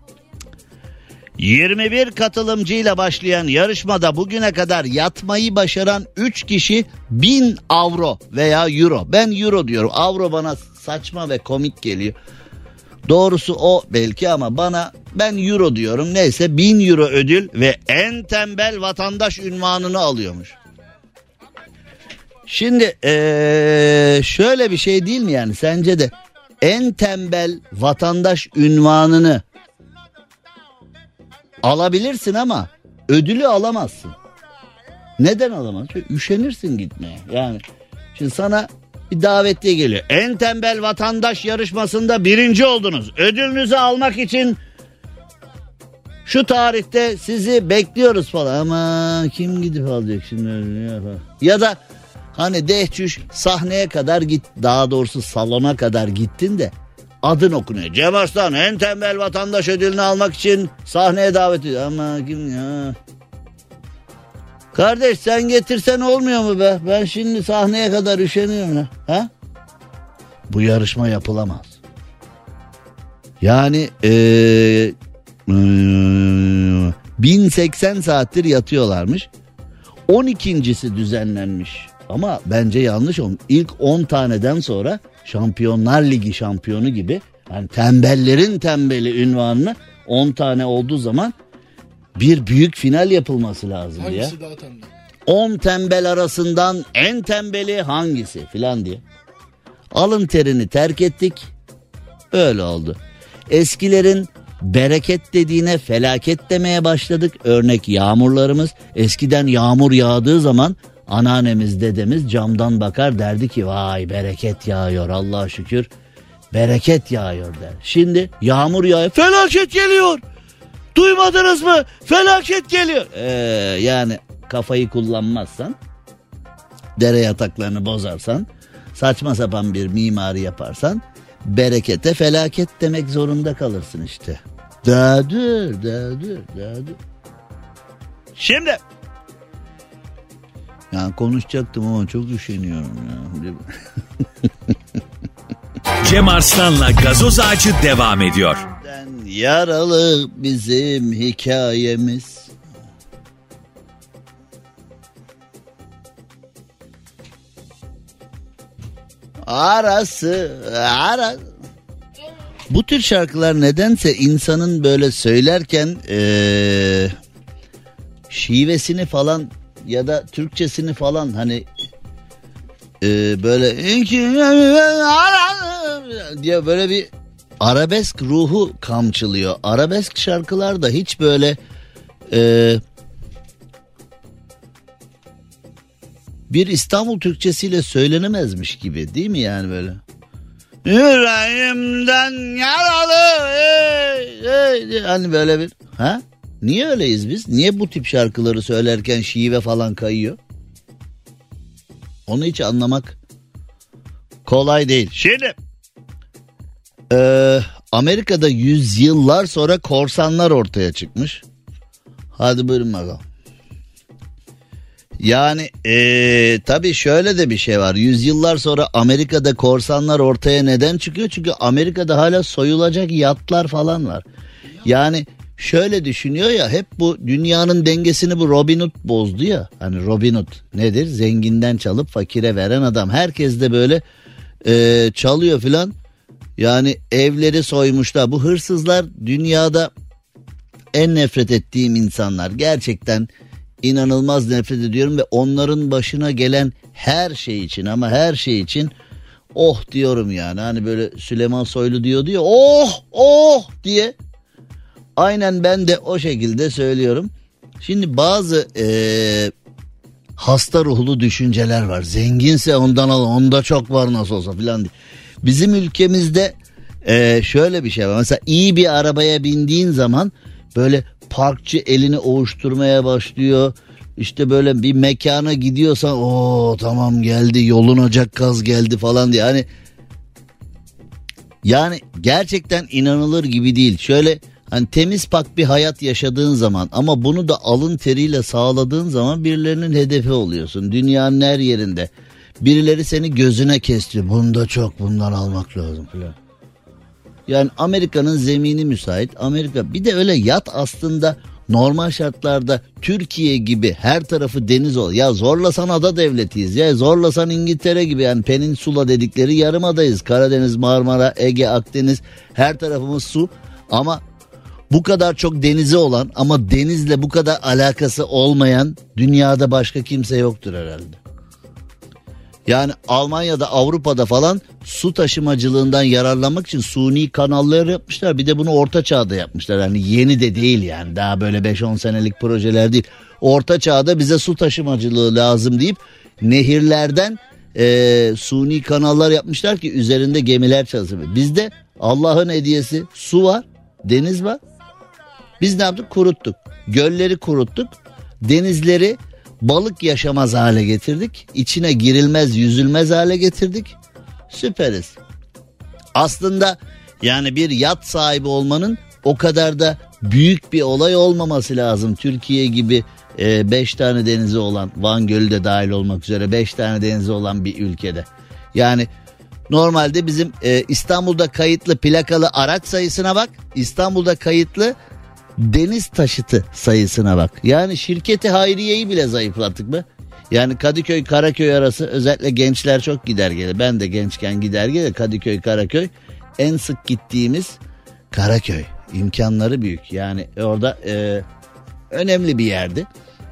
Speaker 3: 21 katılımcıyla başlayan yarışmada bugüne kadar yatmayı başaran 3 kişi 1000 avro veya euro. Ben euro diyorum. Avro bana saçma ve komik geliyor. Doğrusu o belki ama ben euro diyorum. Neyse 1000 euro ödül ve en tembel vatandaş unvanını alıyormuş. Şimdi şöyle bir şey değil mi yani, sence de en tembel vatandaş unvanını alabilirsin ama ödülü alamazsın. Neden alamazsın? Çünkü üşenirsin gitmeye. Yani şimdi sana bir davetiye geliyor. En tembel vatandaş yarışmasında 1. oldunuz. Ödülünüzü almak için şu tarihte sizi bekliyoruz falan. Ama kim gidip alacak şimdi ödülünü? Ya da hani dehçüş sahneye kadar git, daha doğrusu salona kadar gittin de adın okunuyor. Cem Arslan en tembel vatandaş ödülünü almak için sahneye davet ediyor. Ama kim ya? Kardeş sen getirsen olmuyor mu be? Ben şimdi sahneye kadar üşeniyorum ya. Ha? Bu yarışma yapılamaz. Yani 1080 saattir yatıyorlarmış. 12.'si düzenlenmiş. Ama bence yanlış olmuş. İlk 10 taneden sonra Şampiyonlar Ligi şampiyonu gibi, yani tembellerin tembeli unvanını 10 tane olduğu zaman bir büyük final yapılması lazım ya.
Speaker 4: Hangisi daha tembel?
Speaker 3: 10 tembel arasından en tembeli hangisi filan diye. Alın terini terk ettik. Öyle oldu. Eskilerin bereket dediğine felaket demeye başladık. Örnek yağmurlarımız. Eskiden yağmur yağdığı zaman anneannemiz, dedemiz camdan bakar, derdi ki vay bereket yağıyor, Allah'a şükür bereket yağıyor der. Şimdi yağmur yağıyor, felaket geliyor. Duymadınız mı? Felaket geliyor. Yani kafayı kullanmazsan, dere yataklarını bozarsan, saçma sapan bir mimari yaparsan berekete felaket demek zorunda kalırsın işte. Dağdır. Şimdi Yani konuşacaktım ama çok üşeniyorum ya.
Speaker 2: Cem Arslan'la Gazoz Ağacı devam ediyor.
Speaker 3: Yaralı bizim hikayemiz. Arası. Bu tür şarkılar nedense insanın böyle söylerken şivesini falan ya da Türkçesini falan hani böyle diye böyle bir arabesk ruhu kamçılıyor. Arabesk şarkılar da hiç böyle bir İstanbul Türkçesiyle söylenemezmiş gibi değil mi yani böyle? Yüreğimden yaralı hani böyle bir ha? Niye öyleyiz biz? Niye bu tip şarkıları söylerken şive falan kayıyor? Onu hiç anlamak kolay değil. Şimdi Amerika'da yüzyıllar sonra korsanlar ortaya çıkmış. Hadi buyurun bakalım. Yani tabii şöyle de bir şey var. Yüzyıllar sonra Amerika'da korsanlar ortaya neden çıkıyor? Çünkü Amerika'da hala soyulacak yatlar falan var. Yani şöyle düşünüyor ya, hep bu dünyanın dengesini bu Robin Hood bozdu ya. Hani Robin Hood nedir? Zenginden çalıp fakire veren adam. Herkes de böyle çalıyor filan. Yani evleri soymuşlar. Bu hırsızlar dünyada en nefret ettiğim insanlar. Gerçekten inanılmaz nefret ediyorum ve onların başına gelen her şey için, ama her şey için oh diyorum yani. Hani böyle Süleyman Soylu diyordu ya, oh diye. Aynen ben de o şekilde söylüyorum. Şimdi bazı hasta ruhlu düşünceler var. Zenginse ondan al, onda çok var nasıl olsa filan diye. Bizim ülkemizde şöyle bir şey var. Mesela iyi bir arabaya bindiğin zaman böyle parkçı elini ovuşturmaya başlıyor. İşte böyle bir mekana gidiyorsan o tamam geldi, yolunacak gaz geldi falan diye. Hani yani gerçekten inanılır gibi değil. Şöyle hani temiz pak bir hayat yaşadığın zaman ama bunu da alın teriyle sağladığın zaman birilerinin hedefi oluyorsun. Dünyanın her yerinde. Birileri seni gözüne kestiriyor. Bunda çok, bundan almak lazım falan. Yani Amerika'nın zemini müsait. Amerika bir de öyle yat aslında normal şartlarda Türkiye gibi her tarafı deniz ol. Ya zorlasan ada devletiyiz. Ya zorlasan İngiltere gibi, yani peninsula dedikleri yarımadayız. Karadeniz, Marmara, Ege, Akdeniz, her tarafımız su. Ama bu kadar çok denizi olan ama denizle bu kadar alakası olmayan dünyada başka kimse yoktur herhalde. Yani Almanya'da, Avrupa'da falan su taşımacılığından yararlanmak için suni kanallar yapmışlar. Bir de bunu orta çağda yapmışlar. Yani yeni de değil yani, daha böyle 5-10 senelik projeler değil. Orta çağda bize su taşımacılığı lazım deyip nehirlerden suni kanallar yapmışlar ki üzerinde gemiler çalışıyor. Bizde Allah'ın hediyesi su var, deniz var. Biz ne yaptık? Kuruttuk. Gölleri kuruttuk. Denizleri balık yaşamaz hale getirdik. İçine girilmez, yüzülmez hale getirdik. Süperiz. Aslında yani bir yat sahibi olmanın o kadar da büyük bir olay olmaması lazım. Türkiye gibi 5 tane denizi olan, Van Gölü de dahil olmak üzere 5 tane denizi olan bir ülkede. Yani normalde bizim İstanbul'da kayıtlı plakalı araç sayısına bak. İstanbul'da kayıtlı deniz taşıtı sayısına bak. Yani şirketi hayriyeyi bile zayıflattık mı? Yani Kadıköy Karaköy arası özellikle gençler çok gider gelir. Ben de gençken gider gelir. Kadıköy Karaköy en sık gittiğimiz Karaköy. İmkanları büyük. Yani orada önemli bir yerdi.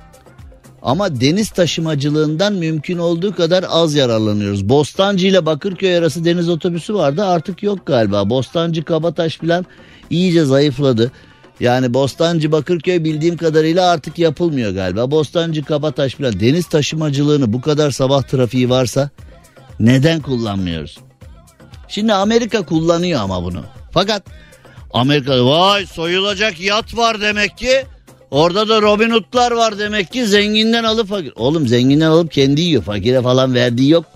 Speaker 3: Ama deniz taşımacılığından mümkün olduğu kadar az yararlanıyoruz. Bostancı ile Bakırköy arası deniz otobüsü vardı, artık yok galiba. Bostancı, Kabataş falan iyice zayıfladı. Yani Bostancı, Bakırköy bildiğim kadarıyla artık yapılmıyor galiba. Bostancı, Kabataş falan deniz taşımacılığını bu kadar sabah trafiği varsa neden kullanmıyoruz? Şimdi Amerika kullanıyor ama bunu. Fakat Amerika'da vay soyulacak yat var demek ki. Orada da Robin Hood'lar var demek ki, zenginden alıp fakir. Oğlum zenginden alıp kendi yiyor, fakire falan verdiği yok.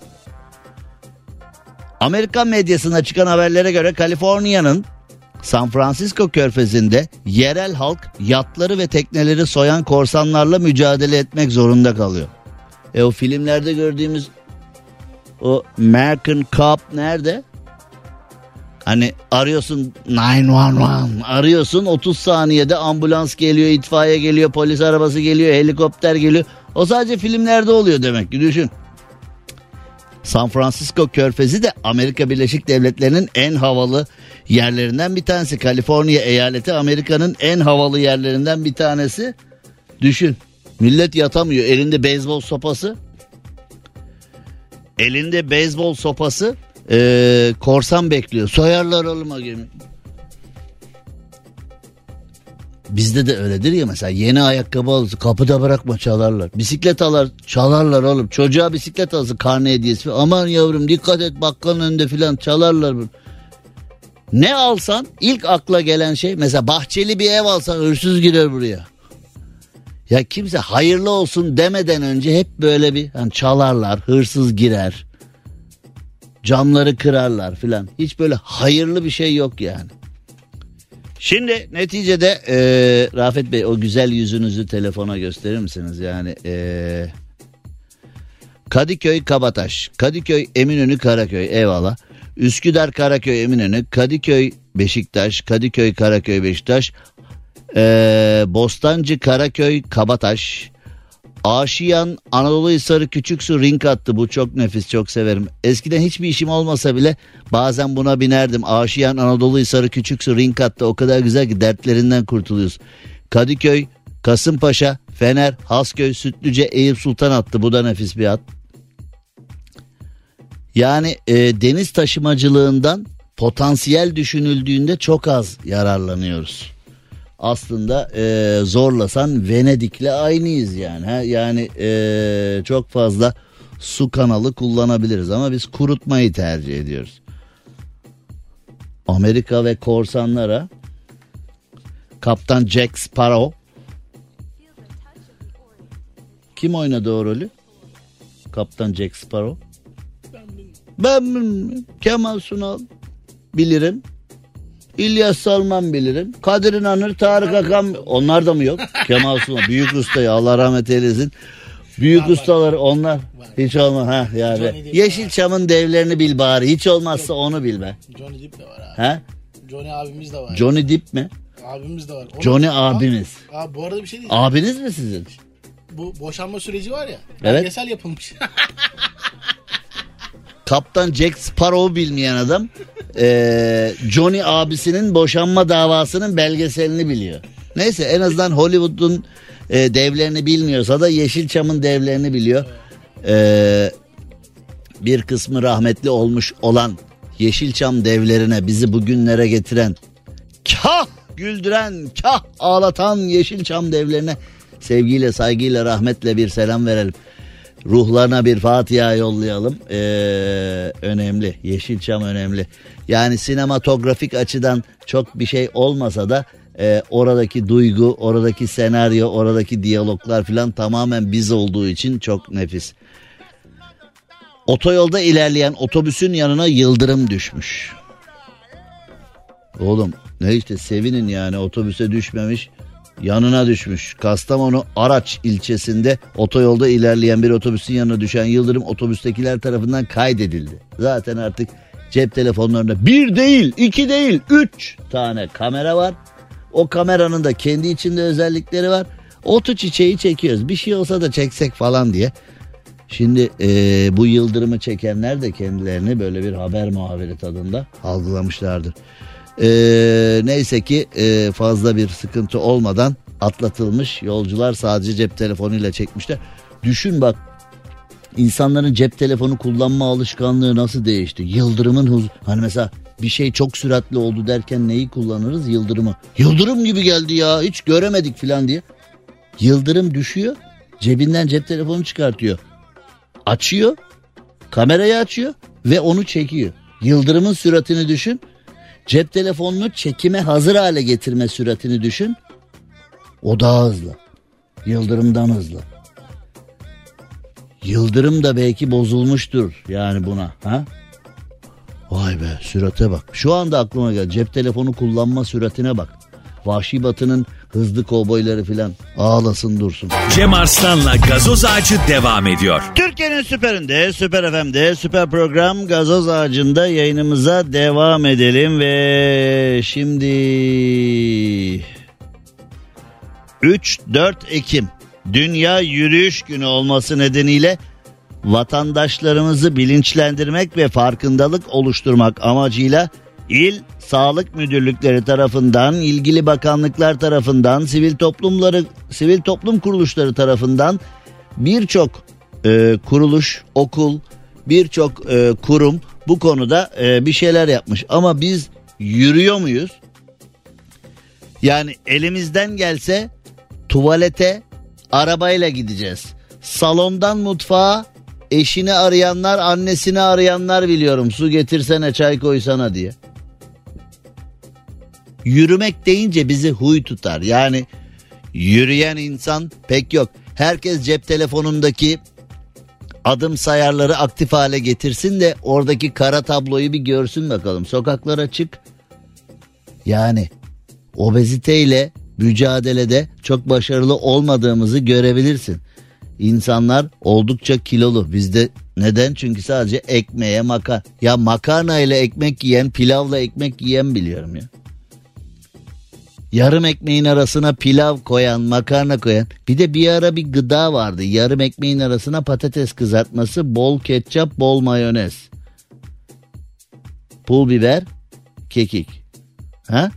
Speaker 3: Amerikan medyasına çıkan haberlere göre Kaliforniya'nın San Francisco körfezinde yerel halk yatları ve tekneleri soyan korsanlarla mücadele etmek zorunda kalıyor. O filmlerde gördüğümüz o American Cop nerede? Hani arıyorsun 911, arıyorsun 30 saniyede ambulans geliyor, itfaiye geliyor, polis arabası geliyor, helikopter geliyor. O sadece filmlerde oluyor demek ki, düşün. San Francisco Körfezi de Amerika Birleşik Devletleri'nin en havalı yerlerinden bir tanesi. Kaliforniya eyaleti Amerika'nın en havalı yerlerinden bir tanesi. Düşün, millet yatamıyor, elinde beyzbol sopası. Elinde beyzbol sopası, korsan bekliyor. Soyarlar oğlum o gemi. Bizde de öyledir ya, mesela yeni ayakkabı alırsın, kapıda bırakma, çalarlar. Bisiklet alır, çalarlar oğlum. Çocuğa bisiklet alırsın, karne hediyesi. Aman yavrum dikkat et bakkalın önünde filan, çalarlar. Ne alsan ilk akla gelen şey, mesela bahçeli bir ev alsan hırsız girer buraya. Ya kimse hayırlı olsun demeden önce hep böyle bir hani çalarlar, hırsız girer, camları kırarlar filan. Hiç böyle hayırlı bir şey yok yani. Şimdi neticede Rafet Bey, o güzel yüzünüzü telefona gösterir misiniz? Yani Kadıköy Kabataş, Kadıköy Eminönü Karaköy, eyvallah. Üsküdar Karaköy Eminönü, Kadıköy Beşiktaş, Kadıköy Karaköy Beşiktaş, Bostancı Karaköy Kabataş, Aşiyan Anadoluhisarı Küçüksu ring attı. Bu çok nefis, çok severim. Eskiden hiçbir işim olmasa bile bazen buna binerdim. Aşiyan Anadoluhisarı Küçüksu ring attı. O kadar güzel ki dertlerinden kurtuluyoruz. Kadıköy, Kasımpaşa, Fener, Hasköy, Sütlüce, Eyüp Sultan attı. Bu da nefis bir at. Yani deniz taşımacılığından potansiyel düşünüldüğünde çok az yararlanıyoruz. Aslında zorlasan Venedik'le aynıyız yani. Yani çok fazla su kanalı kullanabiliriz ama biz kurutmayı tercih ediyoruz. Amerika ve korsanlara Kaptan Jack Sparrow. Kim oynadı o rolü? Kaptan Jack Sparrow. Ben Kemal Sunal bilirim. İlyas Salman bilirim. Kadir İnanır, Tarık Akan, onlar da mı yok? Kemal Sunal büyük usta ya, Allah rahmet eylesin. Büyük ustaları onlar. Hiç olmaz yani. Yeşilçam'ın devlerini bil bari. Hiç olmazsa onu bil be.
Speaker 4: Johnny Depp de var abi. Johnny abimiz de var.
Speaker 3: Johnny Depp mi?
Speaker 4: Abimiz de var.
Speaker 3: Johnny abimiz.
Speaker 4: Abi bu arada bir şey diyeceğim.
Speaker 3: Abiniz mi sizin?
Speaker 4: Bu boşanma süreci var ya.
Speaker 3: Evet.
Speaker 4: Belgesel yapılmış.
Speaker 3: Kaptan Jack Sparrow'u bilmeyen adam Johnny abisinin boşanma davasının belgeselini biliyor. Neyse, en azından Hollywood'un devlerini bilmiyorsa da Yeşilçam'ın devlerini biliyor. Bir kısmı rahmetli olmuş olan Yeşilçam devlerine bizi bugünlere getiren, kah güldüren, kah ağlatan Yeşilçam devlerine sevgiyle, saygıyla, rahmetle bir selam verelim. Ruhlarına bir Fatiha yollayalım. Önemli. Yeşilçam önemli. Yani sinematografik açıdan çok bir şey olmasa da oradaki duygu, oradaki senaryo, oradaki diyaloglar filan tamamen biz olduğu için çok nefis. Otoyolda ilerleyen otobüsün yanına yıldırım düşmüş. Oğlum ne işte, sevinin yani, otobüse düşmemiş, yanına düşmüş. Kastamonu Araç ilçesinde otoyolda ilerleyen bir otobüsün yanına düşen yıldırım otobüstekiler tarafından kaydedildi. Zaten artık cep telefonlarında 1 değil, 2 değil, 3 tane kamera var. O kameranın da kendi içinde özellikleri var. Otu çiçeği çekiyoruz. Bir şey olsa da çeksek falan diye. Şimdi bu yıldırımı çekenler de kendilerini böyle bir haber muhabiri tadında algılamışlardır. Neyse ki fazla bir sıkıntı olmadan atlatılmış. Yolcular sadece cep telefonuyla çekmişler. Düşün bak, insanların cep telefonu kullanma alışkanlığı nasıl değişti? Yıldırımın hani mesela bir şey çok süratli oldu derken neyi kullanırız? Yıldırımı. Yıldırım gibi geldi ya, hiç göremedik falan diye. Yıldırım düşüyor, cebinden cep telefonu çıkartıyor, açıyor, kamerayı açıyor ve onu çekiyor. Yıldırımın süratini düşün. Cep telefonunu çekime hazır hale getirme süratini düşün. O daha hızlı. Yıldırımdan hızlı. Yıldırım da belki bozulmuştur yani buna. Vay be, sürate bak. Şu anda aklıma geldi. Cep telefonu kullanma süratine bak. Vahşi Batı'nın hızlı kovboyları filan ağlasın dursun.
Speaker 2: Cem Arslan'la Gazoz Ağacı devam ediyor.
Speaker 3: Türkiye'nin süperinde, Süper FM'de, süper program Gazoz Ağacı'nda yayınımıza devam edelim ve şimdi 3-4 Ekim Dünya Yürüyüş Günü olması nedeniyle vatandaşlarımızı bilinçlendirmek ve farkındalık oluşturmak amacıyla İl Sağlık Müdürlükleri tarafından, ilgili bakanlıklar tarafından, sivil toplum kuruluşları tarafından birçok kuruluş, okul, birçok kurum bu konuda bir şeyler yapmış. Ama biz yürüyor muyuz? Yani elimizden gelse tuvalete arabayla gideceğiz. Salondan mutfağa eşini arayanlar, annesini arayanlar biliyorum. Su getirsene, çay koysana diye. Yürümek deyince bizi huy tutar. Yani yürüyen insan pek yok. Herkes cep telefonundaki adım sayarları aktif hale getirsin de oradaki kara tabloyu bir görsün bakalım. Sokaklara çık. Yani obeziteyle mücadelede çok başarılı olmadığımızı görebilirsin. İnsanlar oldukça kilolu. Bizde neden? Çünkü sadece ekmeğe makarna ile ekmek yiyen, pilavla ekmek yiyen biliyorum ya. Yarım ekmeğin arasına pilav koyan, makarna koyan. Bir de bir ara bir gıda vardı. Yarım ekmeğin arasına patates kızartması, bol ketçap, bol mayonez. Pul biber, kekik. Ha?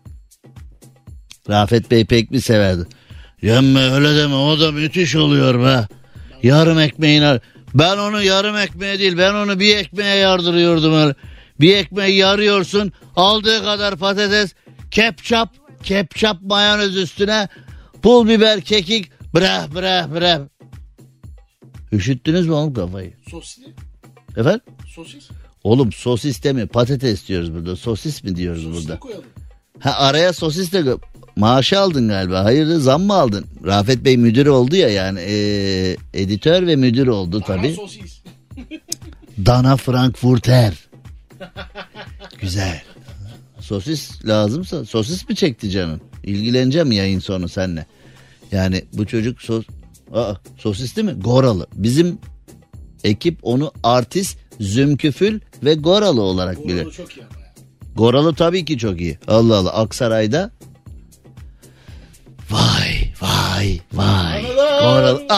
Speaker 3: Rafet Bey pek mi severdi? Yemme öyle deme, o da müthiş oluyor be. Yarım ekmeğin ben onu yarım ekmeğe değil, ben onu bir ekmeğe yardırıyordum öyle. Bir ekmeği yarıyorsun, aldığı kadar patates, ketçap mayonez üstüne, pul biber, kekik, bre. Üşüttünüz mü oğlum kafayı?
Speaker 4: Sosis.
Speaker 3: Efendim?
Speaker 4: Sosis.
Speaker 3: Oğlum sosis demiyor, patates diyoruz burada. Sosis mi diyoruz
Speaker 4: Sosis
Speaker 3: burada?
Speaker 4: de koyalım.
Speaker 3: Ha, araya sosis de maaşı aldın galiba. Hayırdır, zam mı aldın? Rafet Bey müdür oldu ya, yani editör ve müdür oldu tabii.
Speaker 4: Sosis.
Speaker 3: Dana Frankfurter. Güzel. Sosis lazımsa sosis mi çekti canım? İlgileneceğim yayın sonu seninle. Yani bu çocuk sosis değil mi? Goralı. Bizim ekip onu artist, zümküfül ve goralı olarak bilir.
Speaker 4: Goralı çok iyi ama ya.
Speaker 3: Goralı tabii ki çok iyi. Allah Allah, Aksaray'da. Vay. Goralı.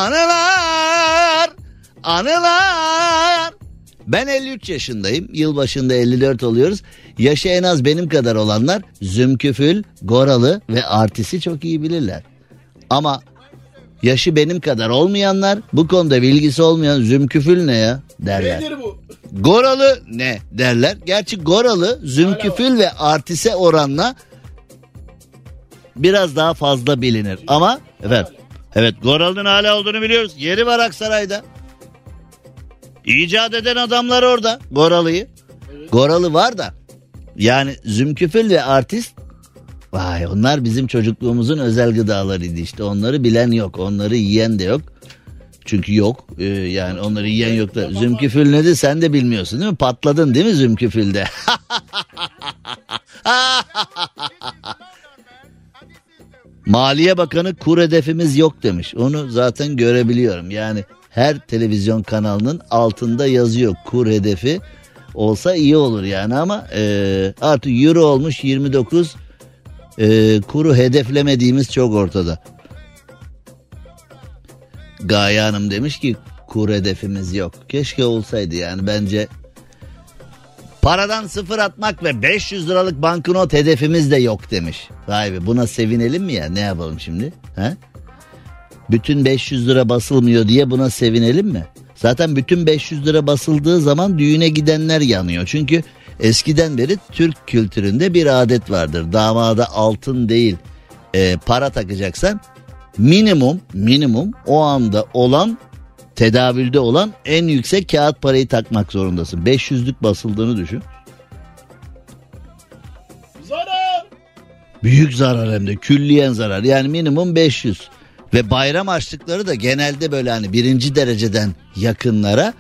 Speaker 3: Anılar. Ben 53 yaşındayım. Yılbaşında 54 oluyoruz. Yaşı en az benim kadar olanlar zümküfül, goralı ve artisti çok iyi bilirler. Ama yaşı benim kadar olmayanlar, bu konuda bilgisi olmayan, zümküfül ne ya derler.
Speaker 4: Nedir bu?
Speaker 3: Goralı ne derler. Gerçi goralı zümküfül ve artise oranla biraz daha fazla bilinir. Ama evet Goralı'nın hala olduğunu biliyoruz. Yeri var Aksaray'da. İcat eden adamlar orada Goralı'yı. Evet. Goralı var da yani zümküfül ve artist, vay, onlar bizim çocukluğumuzun özel gıdalarıydı işte. Onları bilen yok, onları yiyen de yok. Çünkü yok yani onları yiyen yok da. Zümküfül nedir sen de bilmiyorsun değil mi? Patladın değil mi zümküfülde? Maliye Bakanı kur hedefimiz yok demiş. Onu zaten görebiliyorum. Yani her televizyon kanalının altında yazıyor kur hedefi. Olsa iyi olur yani ama artık euro olmuş 29, kuru hedeflemediğimiz çok ortada. Gaye Hanım demiş ki kur hedefimiz yok. Keşke olsaydı yani, bence paradan sıfır atmak ve 500 liralık banknot hedefimiz de yok demiş. Vay be, buna sevinelim mi ya, ne yapalım şimdi? He? Bütün 500 lira basılmıyor diye buna sevinelim mi? Zaten bütün 500 lira basıldığı zaman düğüne gidenler yanıyor. Çünkü eskiden beri Türk kültüründe bir adet vardır. Damada altın değil para takacaksan minimum o anda olan, tedavülde olan en yüksek kağıt parayı takmak zorundasın. 500'lük basıldığını düşün.
Speaker 4: Zarar.
Speaker 3: Büyük zarar, hem de külliyen zarar. Yani minimum 500. Ve bayram harçlıkları da genelde böyle hani birinci dereceden yakınlara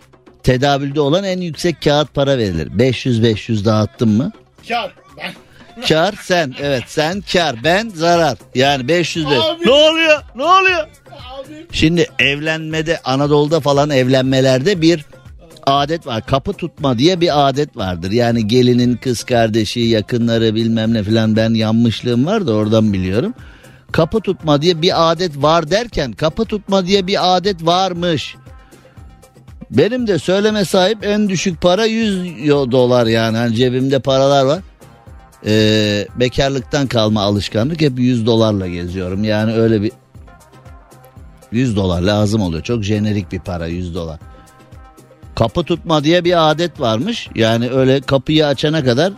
Speaker 3: tedavülde olan en yüksek kağıt para verilir. 500 dağıttın mı?
Speaker 4: Kar. Ben
Speaker 3: Kar sen. Evet sen kar. Ben zarar. Yani 500 lira.
Speaker 4: Abi.
Speaker 3: Ne oluyor? Ne oluyor?
Speaker 4: Abi.
Speaker 3: Şimdi evlenmede, Anadolu'da falan evlenmelerde bir adet var. Kapı tutma diye bir adet vardır. Yani gelinin kız kardeşi, yakınları bilmem ne filan, ben yanmışlığım var da oradan biliyorum. Kapı tutma diye bir adet var derken kapı tutma diye bir adet varmış. Benim de söyleme sahip en düşük para 100 dolar yani. Hani cebimde paralar var. Bekarlıktan kalma alışkanlık, hep 100 dolarla geziyorum. Yani öyle bir 100 dolar lazım oluyor. Çok jenerik bir para 100 dolar. Kapı tutma diye bir adet varmış. Yani öyle kapıyı açana kadar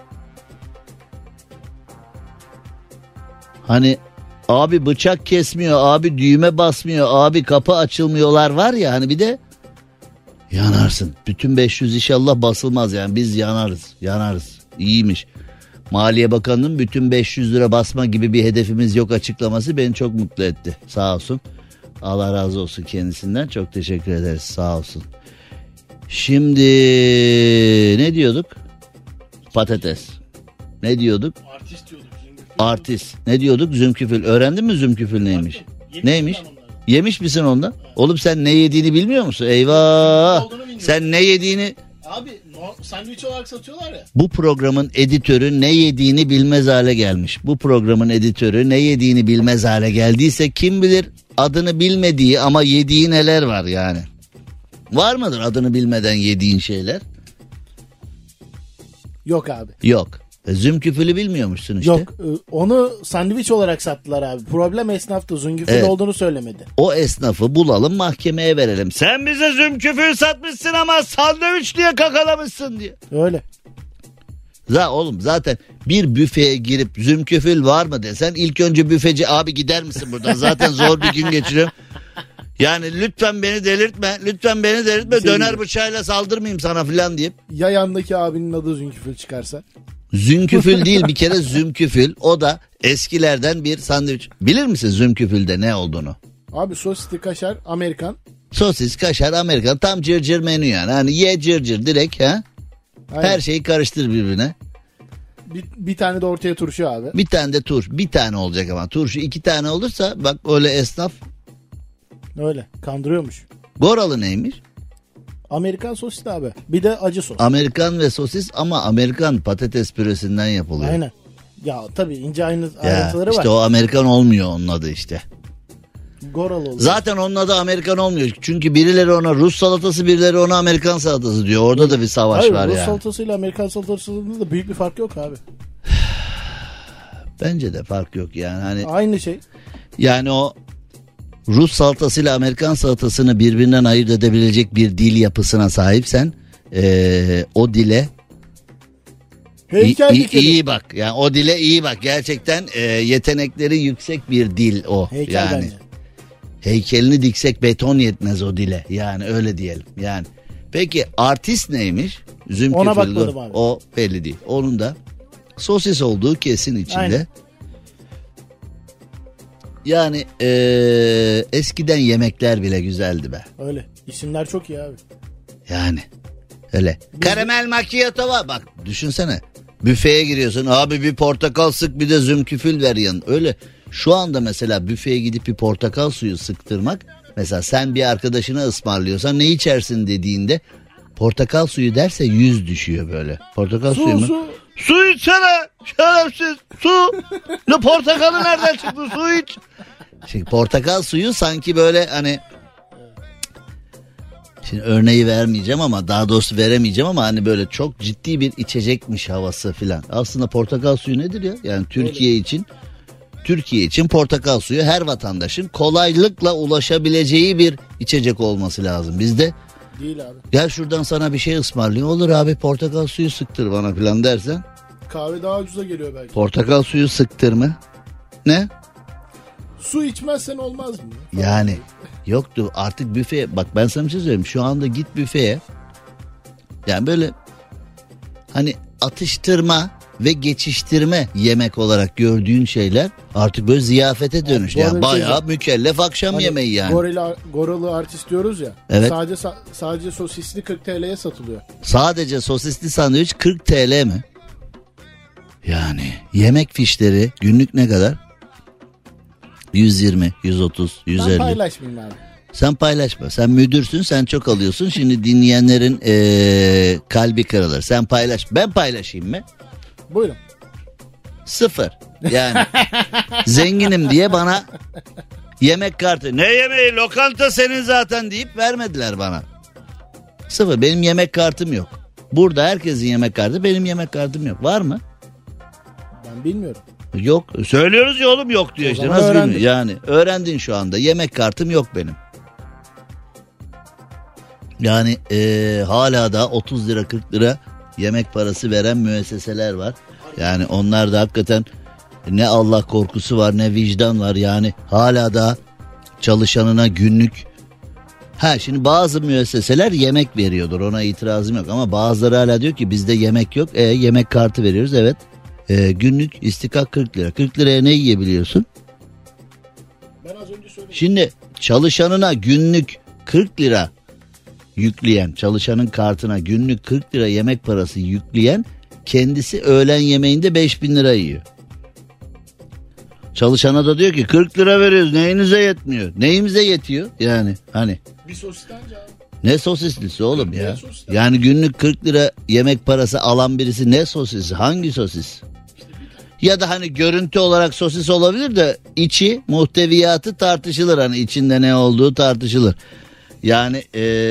Speaker 3: hani abi bıçak kesmiyor, abi düğme basmıyor, abi kapı açılmıyorlar var ya, hani bir de yanarsın. Bütün 500 inşallah basılmaz yani, biz yanarız. İyiymiş. Maliye Bakanı'nın bütün 500 lira basma gibi bir hedefimiz yok açıklaması beni çok mutlu etti. Sağ olsun. Allah razı olsun kendisinden. Çok teşekkür ederiz. Sağ olsun. Şimdi ne diyorduk? Patates. Ne diyorduk?
Speaker 4: Artist diyorduk.
Speaker 3: Artist. Ne diyorduk? Zümküfül. Öğrendin mi zümküfül neymiş? Neymiş? Yemiş misin ondan? Oğlum sen ne yediğini bilmiyor musun? Eyvah. Sen ne yediğini...
Speaker 4: Abi sandviç olarak satıyorlar ya.
Speaker 3: Bu programın editörü ne yediğini bilmez hale gelmiş. Bu programın editörü ne yediğini bilmez hale geldiyse kim bilir adını bilmediği ama yediği neler var yani. Var mıdır adını bilmeden yediğin şeyler?
Speaker 5: Yok abi.
Speaker 3: Yok. Zümküfülü bilmiyormuşsun işte.
Speaker 5: Yok, onu sandviç olarak sattılar abi. Problem esnafta, züngüfül
Speaker 3: Evet.
Speaker 5: olduğunu söylemedi.
Speaker 3: O esnafı bulalım, mahkemeye verelim. Sen bize zümküfül satmışsın ama sandviç diye kakalamışsın diye.
Speaker 5: Öyle.
Speaker 3: Oğlum zaten bir büfeye girip zümküfül var mı desen ilk önce büfeci abi gider misin buradan? Zaten zor bir gün geçiriyorum. Yani lütfen beni delirtme. Döner bıçağıyla saldırmayayım sana filan deyip.
Speaker 5: Ya yandaki abinin adı züngüfül çıkarsa?
Speaker 3: Zümküfül değil bir kere zümküfül. O da eskilerden bir sandviç. Bilir misin zümküfülde ne olduğunu?
Speaker 5: Abi sosisli kaşar, Amerikan.
Speaker 3: Sosis, kaşar, Amerikan, tam cırcır menü yani. Hani ye cırcır direkt ha.
Speaker 5: Aynen.
Speaker 3: Her şeyi karıştır birbirine.
Speaker 5: Bir tane de ortaya turşu abi.
Speaker 3: Bir tane de turşu. Bir tane olacak ama turşu 2 tane olursa bak öyle esnaf.
Speaker 5: Öyle kandırıyormuş.
Speaker 3: Goralı neymiş?
Speaker 5: Amerikan sosisli abi. Bir de acı sos.
Speaker 3: Amerikan ve sosis ama Amerikan patates püresinden yapılıyor.
Speaker 5: Aynen. Ya tabii ince
Speaker 3: Ya,
Speaker 5: ayrıntıları var.
Speaker 3: işte o Amerikan olmuyor onun adı işte.
Speaker 5: Goralı oluyor.
Speaker 3: Zaten onun adı Amerikan olmuyor. Çünkü birileri ona Rus salatası, birileri ona Amerikan salatası diyor. Orada da bir savaş
Speaker 5: Hayır,
Speaker 3: var
Speaker 5: Rus
Speaker 3: yani.
Speaker 5: salatasıyla Amerikan salatasında da büyük bir fark yok abi.
Speaker 3: Bence de fark yok yani. Hani
Speaker 5: Aynı şey.
Speaker 3: yani o Rus salatasıyla Amerikan salatasını birbirinden ayırt edebilecek bir dil yapısına sahipsen o dile
Speaker 5: Heykel dikelim.
Speaker 3: iyi bak. Yani o dile iyi bak. Gerçekten yetenekleri yüksek bir dil o.
Speaker 5: Heykel
Speaker 3: yani
Speaker 5: bence.
Speaker 3: heykelini diksek beton yetmez o dile. Yani öyle diyelim. Yani peki artist neymiş? Zümküfül.
Speaker 5: Ona bakmadım abi.
Speaker 3: O belli değil. Onun da sosis olduğu kesin içinde.
Speaker 5: Aynen.
Speaker 3: Yani eskiden yemekler bile güzeldi be.
Speaker 5: Öyle. İsimler çok iyi abi.
Speaker 3: Yani öyle. Karamel macchiato var. Bak düşünsene. Büfeye giriyorsun. Abi bir portakal sık bir de zümküfül ver yanına. Öyle. Şu anda mesela büfeye gidip bir portakal suyu sıktırmak. Mesela sen bir arkadaşına ısmarlıyorsan ne içersin dediğinde portakal suyu derse 100 düşüyor böyle. Portakal suyu mu? Su içsene. Şerefsiz. Su. Ne portakalı nereden çıktı? Su iç. Şimdi portakal suyu sanki böyle hani, şimdi örneği vermeyeceğim ama daha doğrusu veremeyeceğim ama hani böyle çok ciddi bir içecekmiş havası filan. Aslında portakal suyu nedir ya? Yani Türkiye için portakal suyu her vatandaşın kolaylıkla ulaşabileceği bir içecek olması lazım. Bizde
Speaker 5: Değil abi.
Speaker 3: gel şuradan sana bir şey ısmarlayayım. Olur abi portakal suyu sıktır bana filan dersen.
Speaker 5: Kahve daha ucuza geliyor belki.
Speaker 3: Portakal suyu sıktır mı? Ne?
Speaker 5: Su içmezsen olmaz mı?
Speaker 3: Yani yoktu artık büfeye. Bak ben sana bir şey söyleyeyim. Şu anda git büfeye. Yani böyle hani atıştırma ve geçiştirme yemek olarak gördüğün şeyler artık böyle ziyafete dönüş.
Speaker 5: bu arada
Speaker 3: Yani
Speaker 5: bir
Speaker 3: bayağı
Speaker 5: şey
Speaker 3: mükellef akşam
Speaker 5: Hani
Speaker 3: yemeği yani.
Speaker 5: Goralı artist diyoruz ya.
Speaker 3: Evet.
Speaker 5: Sadece sosisli 40 TL'ye satılıyor.
Speaker 3: Sadece sosisli sandviç 40 TL mi? Yani yemek fişleri günlük ne kadar? 120, 130, 150.
Speaker 5: Ben paylaşmayayım abi.
Speaker 3: Sen paylaşma. Sen müdürsün, sen çok alıyorsun. Şimdi dinleyenlerin kalbi kırılır. Sen paylaş. Ben paylaşayım mı?
Speaker 5: Buyurun.
Speaker 3: 0. Yani zenginim diye bana yemek kartı. Ne yemeği? Lokanta senin zaten deyip vermediler bana. 0. Benim yemek kartım yok. Burada herkesin yemek kartı, benim yemek kartım yok. Var mı?
Speaker 5: Ben bilmiyorum.
Speaker 3: Yok. Söylüyoruz ya oğlum, yok diyor işte. Nasıl bilmiyorum? Yani öğrendin şu anda. Yemek kartım yok benim. Yani hala da 30 lira 40 lira yemek parası veren müesseseler var. Yani onlar da hakikaten ne Allah korkusu var ne vicdan var. Yani hala da çalışanına günlük. Şimdi bazı müesseseler yemek veriyordur, ona itirazım yok. Ama bazıları hala diyor ki bizde yemek yok. Yemek kartı veriyoruz, evet. Günlük istikak 40 lira. 40 liraya ne yiyebiliyorsun?
Speaker 5: Ben az önce söyledim.
Speaker 3: Şimdi çalışanına günlük 40 lira yükleyen, çalışanın kartına günlük 40 lira yemek parası yükleyen kendisi öğlen yemeğinde 5.000 lira yiyor. Çalışana da diyor ki 40 lira veriyoruz, neyinize yetmiyor? Neyimize yetiyor? Yani hani.
Speaker 4: Bir sosisten abi.
Speaker 3: Ne sosislisi oğlum ya?
Speaker 4: Sosis.
Speaker 3: Yani günlük 40 lira yemek parası alan birisi ne sosisi? Hangi sosis? Ya da hani görüntü olarak sosis olabilir de içi, muhteviyatı tartışılır. Hani içinde ne olduğu tartışılır. Yani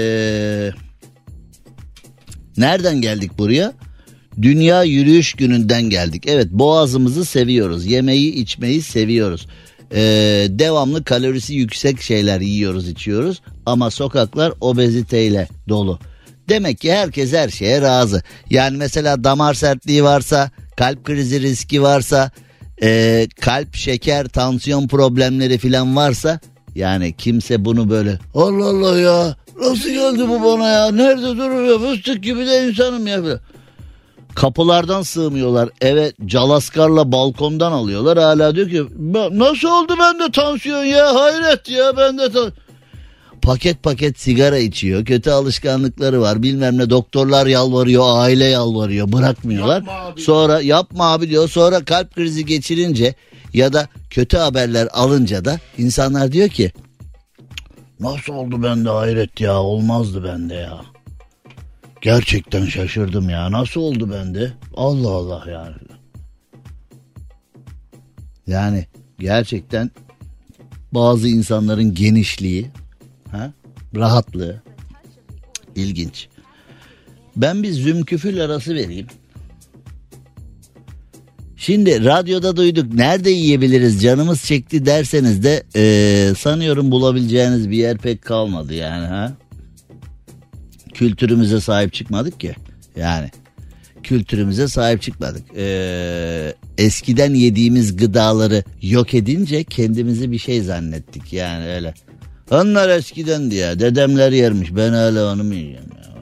Speaker 3: nereden geldik buraya? Dünya Yürüyüş Günü'nden geldik. Evet, boğazımızı seviyoruz. Yemeği içmeyi seviyoruz. Devamlı kalorisi yüksek şeyler yiyoruz, içiyoruz. Ama sokaklar obeziteyle dolu. Demek ki herkes her şeye razı. Yani mesela damar sertliği varsa, kalp krizi riski varsa, kalp, şeker, tansiyon problemleri falan varsa, yani kimse bunu böyle Allah Allah ya nasıl geldi bu bana ya, nerede duruyor, fıstık gibi de insanım ya. Kapılardan sığmıyorlar eve, calaskarla balkondan alıyorlar, hala diyor ki nasıl oldu bende tansiyon ya, hayret ya bende paket paket sigara içiyor, kötü alışkanlıkları var bilmem ne, doktorlar yalvarıyor, aile yalvarıyor, bırakmıyorlar. Sonra yapma abi diyor, sonra kalp krizi geçirince ya da kötü haberler alınca da insanlar diyor ki nasıl oldu bende, hayret ya, olmazdı bende ya. Gerçekten şaşırdım ya, nasıl oldu bende? Allah Allah yani. Yani gerçekten bazı insanların genişliği, rahatlığı ilginç. Ben bir zümküfül arası vereyim. Şimdi radyoda duyduk, nerede yiyebiliriz, canımız çekti derseniz de sanıyorum bulabileceğiniz bir yer pek kalmadı yani. Kültürümüze sahip çıkmadık ki. Yani kültürümüze sahip çıkmadık. Eskiden yediğimiz gıdaları yok edince kendimizi bir şey zannettik yani öyle. Onlar eskiden diye dedemler yermiş, ben hala onu mu yiyeceğim ya?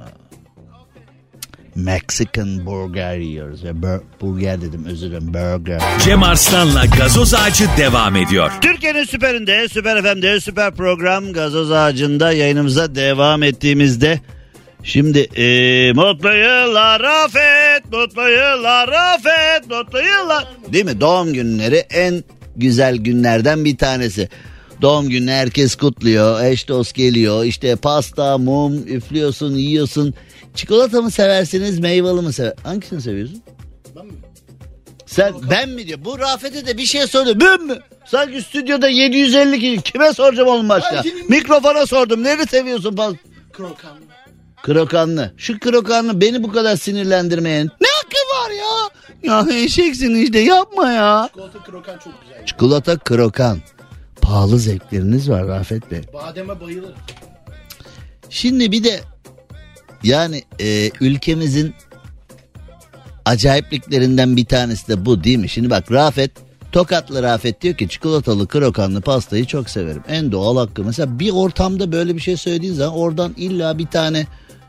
Speaker 3: Mexican burger yiyoruz. Burger dedim, özür dilerim, burger.
Speaker 2: Cem Arslan'la Gazoz Ağacı devam ediyor.
Speaker 3: Türkiye'nin süperinde, Süper FM'de, süper program Gazoz Ağacı'nda yayınımıza devam ettiğimizde şimdi mutlu yıllar Rafet, mutlu yıllar Rafet, mutlu yıllar. Değil mi? Doğum günleri en güzel günlerden bir tanesi. Doğum gününü herkes kutluyor, eş dost geliyor, işte pasta, mum üflüyorsun, yiyorsun. Çikolata mı seversiniz, meyveli mi sever? Hangisini seviyorsun?
Speaker 4: Ben mi?
Speaker 3: Sen ben mi diyor? Bu Rafet'e de bir şey sordu. Ben mi? Sanki stüdyoda 750 kişi. Kime soracağım oğlum başka? Mikrofona sordum. Nerede seviyorsun falan?
Speaker 4: Krokan.
Speaker 3: Krokanlı. Şu krokanlı beni bu kadar sinirlendirmeyen. Ne hakkı var ya? Ya eşeksin işte, yapma ya.
Speaker 4: Çikolata krokan çok güzel.
Speaker 3: Çikolata krokan. Pahalı zevkleriniz var Rafet Bey.
Speaker 4: Bademe bayılırım.
Speaker 3: Şimdi bir de yani ülkemizin acayipliklerinden bir tanesi de bu değil mi? Şimdi bak Rafet, Tokatlı Rafet diyor ki çikolatalı krokanlı pastayı çok severim. En doğal hakkı. Mesela bir ortamda böyle bir şey söylediğin zaman oradan illa bir tane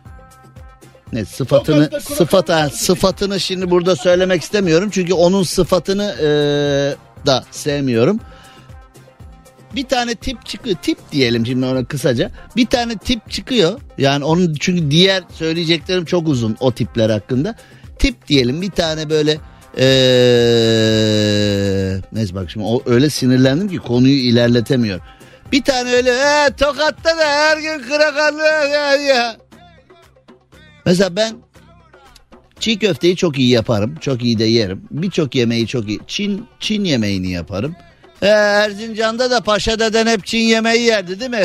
Speaker 3: sıfatını şimdi burada söylemek istemiyorum. Çünkü onun sıfatını da sevmiyorum. Bir tane tip çıkıyor. Tip diyelim şimdi ona kısaca. Bir tane tip çıkıyor. Yani onun, çünkü diğer söyleyeceklerim çok uzun o tipler hakkında. Tip diyelim, bir tane böyle Neyse bak şimdi öyle sinirlendim ki konuyu ilerletemiyorum. Bir tane öyle Tokat'ta da her gün Kırakanlı ya. Mesela ben çiğ köfteyi çok iyi yaparım. Çok iyi de yerim. Birçok yemeği çok iyi. Çin yemeğini yaparım. Erzincan'da da Paşa deden hep Çin yemeği yerdi değil mi?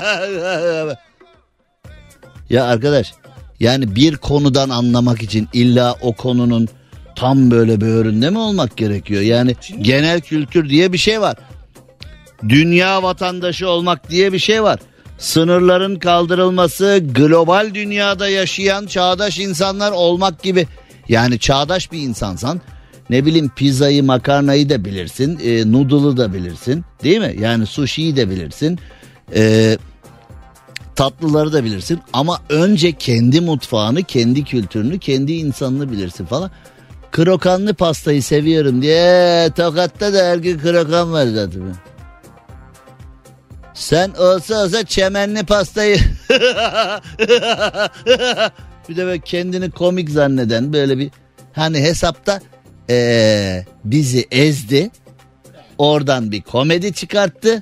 Speaker 3: Ya arkadaş yani bir konudan anlamak için illa o konunun tam böyle böğründe mi olmak gerekiyor? Yani genel kültür diye bir şey var. Dünya vatandaşı olmak diye bir şey var. Sınırların kaldırılması, global dünyada yaşayan çağdaş insanlar olmak gibi. Yani çağdaş bir insansan ne bileyim pizzayı, makarnayı da bilirsin, noodle'ı da bilirsin değil mi? Yani sushi'yi de bilirsin, tatlıları da bilirsin. Ama önce kendi mutfağını, kendi kültürünü, kendi insanını bilirsin falan. Krokanlı pastayı seviyorum diye Tokat'ta da her gün krokan var zaten. Sen olsa çemenli pastayı bir de böyle kendini komik zanneden böyle bir hani hesapta bizi ezdi. Oradan bir komedi çıkarttı.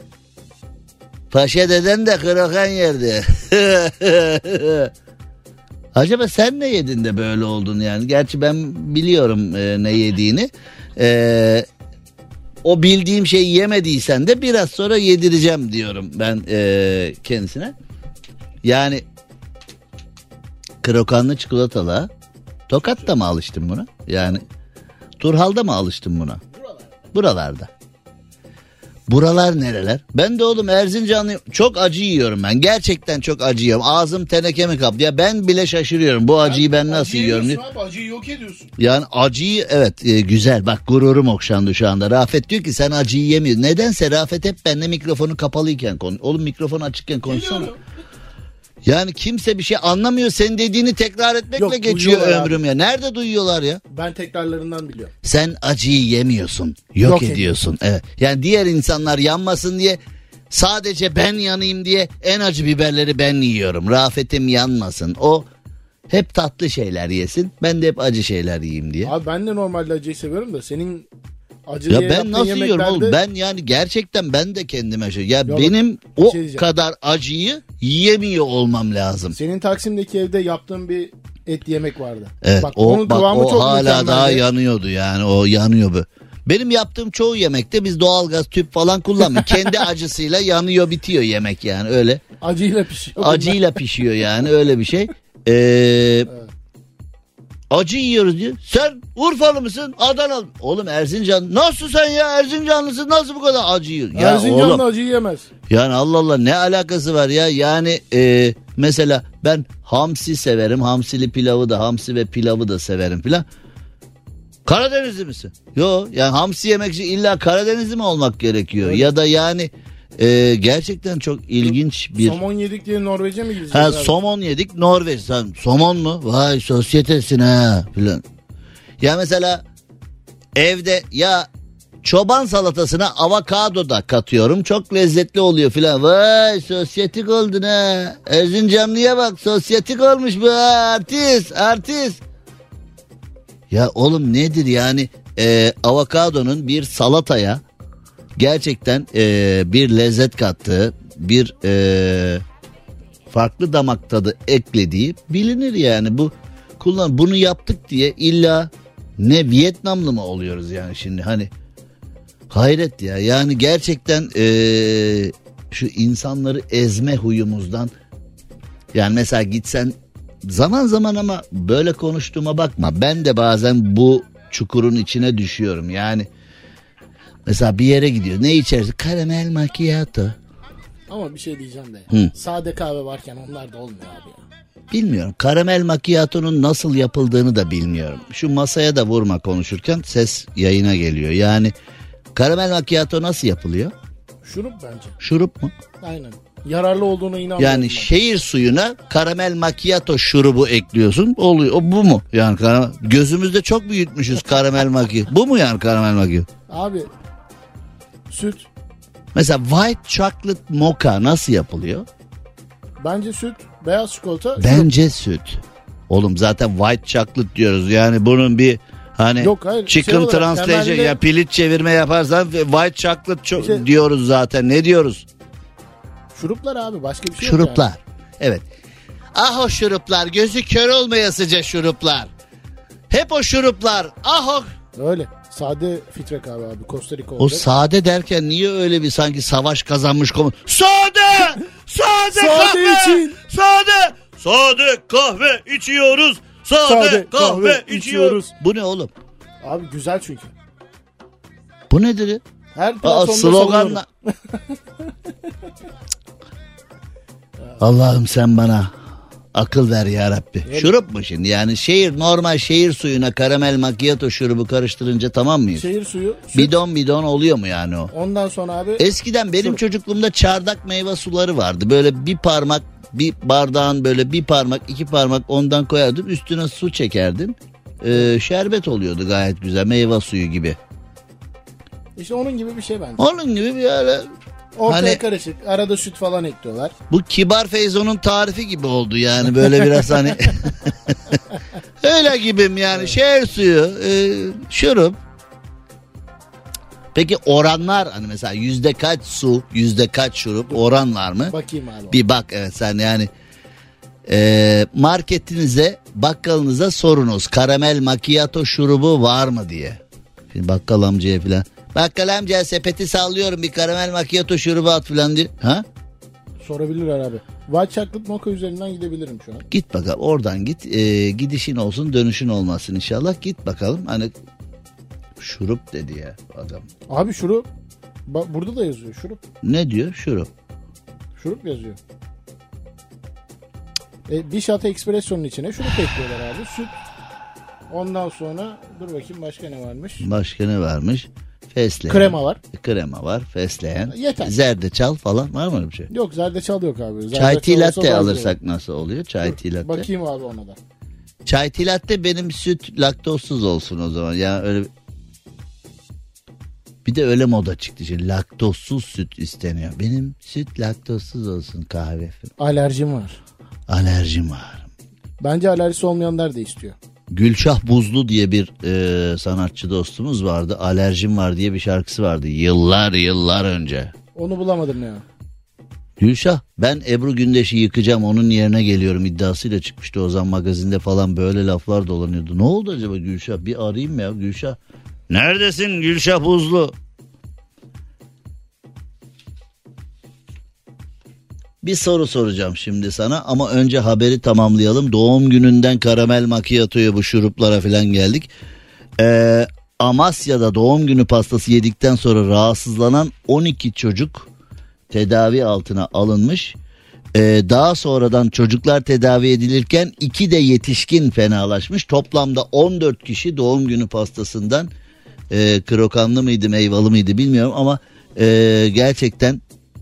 Speaker 3: Paşa deden de krokan yerdi. Acaba sen ne yedin de böyle oldun yani? Gerçi ben biliyorum ne yediğini. O bildiğim şeyi yemediysen de biraz sonra yedireceğim diyorum ben kendisine. Yani krokanlı çikolatalı. Tokat'ta mı alıştın buna? Yani Turhal'da mı alıştın buna? Buralarda. Buralar nereler? Ben de oğlum Erzincanlıyım. Çok acı yiyorum ben. Gerçekten çok acı yiyorum. Ağzım teneke mi kaplı? Ya ben bile şaşırıyorum. Bu acıyı ben nasıl yiyorum diye.
Speaker 4: Abi, acıyı yok ediyorsun.
Speaker 3: Yani acıyı evet güzel. Bak gururum okşandı şu anda. Rafet diyor ki sen acıyı yemiyorsun. Nedense Rafet hep benimle mikrofonu kapalıyken konuşuyor. Oğlum mikrofonu açıkken konuşsana. Yani kimse bir şey anlamıyor. Senin dediğini tekrar etmekle
Speaker 5: Yok,
Speaker 3: geçiyor
Speaker 5: duyuyorlar
Speaker 3: ömrüm ya. Nerede duyuyorlar ya?
Speaker 5: Ben tekrarlarından biliyorum.
Speaker 3: Sen acıyı yemiyorsun. Yok ediyorsun. Evet. Yani diğer insanlar yanmasın diye sadece ben yanayım diye en acı biberleri ben yiyorum. Rafet'im yanmasın. O hep tatlı şeyler yesin. Ben de hep acı şeyler yiyeyim diye.
Speaker 5: Abi ben de normalde acıyı seviyorum da senin acı
Speaker 3: Ya
Speaker 5: diye
Speaker 3: ben
Speaker 5: yaptığın
Speaker 3: nasıl yiyorum
Speaker 5: yemeklerde...
Speaker 3: oğlum? Ben yani gerçekten ben de kendime şey. Ya
Speaker 5: Yok,
Speaker 3: benim o
Speaker 5: şey
Speaker 3: kadar acıyı yiyemiyor olmam lazım.
Speaker 5: Senin Taksim'deki evde yaptığın bir et yemek vardı.
Speaker 3: Evet,
Speaker 5: onun kıvamı çok
Speaker 3: hala
Speaker 5: mükemmeldi.
Speaker 3: daha yanıyordu yani o yanıyor bu. Benim yaptığım çoğu yemekte biz doğalgaz tüp falan kullanmıyoruz. Kendi acısıyla yanıyor bitiyor yemek yani öyle.
Speaker 5: Acıyla pişiyor.
Speaker 3: Acıyla pişiyor yani öyle bir şey. Evet. Acı yiyoruz diyor. Sen Urfalı mısın? Adanalı. Oğlum Erzincan. Nasıl sen ya Erzincanlısın? Nasıl bu kadar acı yiyorsun? Ya
Speaker 5: Erzincanlı
Speaker 3: oğlum,
Speaker 5: acı yiyemez.
Speaker 3: yani Allah Allah ne alakası var ya? Yani mesela ben hamsi severim. Hamsili pilavı da hamsi ve pilavı da severim filan. Karadenizli misin? Yok yani hamsi yemek için illa Karadenizli mi olmak gerekiyor?
Speaker 5: Evet.
Speaker 3: Ya da yani gerçekten çok ilginç bir...
Speaker 5: Somon yedik diye Norveç'e mi gideceğiz?
Speaker 3: Ha
Speaker 5: abi?
Speaker 3: somon yedik Norveç. Sen somon mu? Vay sosyetesin ha filan. Ya mesela evde ya çoban salatasına avokado da katıyorum. Çok lezzetli oluyor filan. Vay sosyetik oldun ha. Erzincanlıya bak sosyetik olmuş bu ha. Artist. Ya oğlum nedir yani avokadonun bir salataya gerçekten bir lezzet kattığı, bir farklı damak tadı eklediği bilinir yani. Bunu yaptık diye illa ne Vietnamlı mı oluyoruz yani şimdi hani hayret ya yani gerçekten şu insanları ezme huyumuzdan yani mesela gitsen zaman zaman ama böyle konuştuğuma bakma ben de bazen bu çukurun içine düşüyorum yani. Mesela bir yere gidiyor. Ne içersin? Karamel macchiato.
Speaker 5: Ama bir şey diyeceğim de.
Speaker 3: Hı.
Speaker 5: Sade kahve varken onlar da olmuyor abi ya.
Speaker 3: Bilmiyorum. Karamel macchiato'nun nasıl yapıldığını da bilmiyorum. Şu masaya da vurma konuşurken ses yayına geliyor. Yani karamel macchiato nasıl yapılıyor?
Speaker 5: Şurup bence.
Speaker 3: Şurup mu?
Speaker 5: Aynen. Yararlı olduğuna inanmıyorum.
Speaker 3: Yani
Speaker 5: ben.
Speaker 3: şehir suyuna karamel macchiato şurubu ekliyorsun. Oluyor. O bu mu? Yani gözümüzde çok büyütmüşüz karamel macchiato. Bu mu yani karamel macchiato?
Speaker 5: Abi süt.
Speaker 3: Mesela white chocolate mocha nasıl yapılıyor?
Speaker 5: Bence süt, beyaz çikolata.
Speaker 3: Bence süt. Oğlum zaten white chocolate diyoruz. Yani bunun bir Hani
Speaker 5: Yok, hayır,
Speaker 3: chicken
Speaker 5: şey olarak,
Speaker 3: translation
Speaker 5: temelde-
Speaker 3: ya piliç çevirme yaparsan white chocolate
Speaker 5: İşte-
Speaker 3: diyoruz zaten. Ne diyoruz?
Speaker 5: Şuruplar abi, başka bir şey yok
Speaker 3: Şuruplar.
Speaker 5: yani.
Speaker 3: Evet. Ah o şuruplar, gözü kör olmayasıca şuruplar. Hep o şuruplar. Ah o.
Speaker 5: Öyle. Sade filtre kahve abi. Costa Rica
Speaker 3: O
Speaker 5: olacak.
Speaker 3: sade derken niye öyle bir sanki savaş kazanmış konu? Sade! Sade
Speaker 5: Sade
Speaker 3: kahve!
Speaker 5: için.
Speaker 3: Sade! Sade kahve içiyoruz. Sade kahve içiyoruz. Bu ne oğlum?
Speaker 5: Abi güzel çünkü.
Speaker 3: Bu nedir?
Speaker 5: Her
Speaker 3: Aa,
Speaker 5: platformda
Speaker 3: sloganla. Allah'ım sen bana akıl ver ya Rabbi.
Speaker 5: Evet.
Speaker 3: Şurup mu şimdi? Yani normal şehir suyuna karamel macchiato şurubu karıştırınca tamam mıyız?
Speaker 5: Şehir suyu. Süt.
Speaker 3: Bidon oluyor mu yani o?
Speaker 5: Ondan sonra abi.
Speaker 3: Eskiden benim
Speaker 5: Şurup.
Speaker 3: çocukluğumda çardak meyve suları vardı. Böyle bir parmak, bir bardağın böyle bir parmak, iki parmak ondan koyardım. Üstüne su çekerdim. Şerbet oluyordu gayet güzel, meyve suyu gibi.
Speaker 5: İşte onun gibi bir şey bence.
Speaker 3: Onun gibi bir öyle.
Speaker 5: Ortaya
Speaker 3: hani-
Speaker 5: karışık. Arada süt falan ekliyorlar.
Speaker 3: Bu Kibar Feyzo'nun tarifi gibi oldu yani böyle biraz hani. Öyle gibim yani, şehir suyu, şurup. Peki oranlar, hani mesela yüzde kaç su, yüzde kaç şurup, oran var mı?
Speaker 5: Bakayım abi.
Speaker 3: Bir bak, evet sen yani marketinize, bakkalınıza sorunuz, karamel macchiato şurubu var mı diye. Şimdi bakkal amcaya falan, bakkal amca sepeti sallıyorum, bir karamel macchiato şurubu at falan diye. Ha?
Speaker 5: Sorabilirler abi. White chocolate mocha üzerinden gidebilirim şu an.
Speaker 3: Git bakalım oradan git, gidişin olsun dönüşün olmasın inşallah, git bakalım. Hani şurup dedi ya adam.
Speaker 5: Abi şurup. Bak burada da yazıyor şurup.
Speaker 3: Ne diyor şurup?
Speaker 5: Şurup yazıyor. Bir shot espresso'nun içine şurup ekliyorlar abi. Süt. Ondan sonra dur bakayım başka ne varmış.
Speaker 3: Başka ne varmış? Fesleğen.
Speaker 5: Krema var.
Speaker 3: Krema var, fesleğen.
Speaker 5: Yeter.
Speaker 3: Zerdeçal falan var mı öyle bir şey?
Speaker 5: Yok zerdeçal yok abi. Zerdeçal
Speaker 3: Çay tea
Speaker 5: olsa
Speaker 3: latte
Speaker 5: daha iyi
Speaker 3: alırsak
Speaker 5: olur.
Speaker 3: nasıl oluyor? Çay tea latte.
Speaker 5: Bakayım abi ona da.
Speaker 3: Çay tea latte benim süt laktozsuz olsun o zaman. Ya öyle bir de öyle moda çıktı şimdi, laktozsuz süt isteniyor. Benim süt laktozsuz olsun kahve falan.
Speaker 5: Alerjim var.
Speaker 3: Alerjim var.
Speaker 5: Bence alerjisi olmayanlar da istiyor.
Speaker 3: Gülşah Buzlu diye bir sanatçı dostumuz vardı. Alerjim var diye bir şarkısı vardı. Yıllar önce.
Speaker 5: Onu bulamadım ya.
Speaker 3: Gülşah, ben Ebru Gündeş'i yıkacağım, onun yerine geliyorum iddiasıyla çıkmıştı. O zaman magazinde falan böyle laflar dolanıyordu. Ne oldu acaba Gülşah? Bir arayayım ya Gülşah. Neredesin Gülşah Buzlu? Bir soru soracağım şimdi sana ama önce haberi tamamlayalım. Doğum gününden karamel macchiato'ya, bu şuruplara falan geldik. Amasya'da doğum günü pastası yedikten sonra rahatsızlanan 12 çocuk tedavi altına alınmış. Daha sonradan çocuklar tedavi edilirken 2 de yetişkin fenalaşmış. Toplamda 14 kişi doğum günü pastasından krokanlı mıydı meyvalı mıydı bilmiyorum ama gerçekten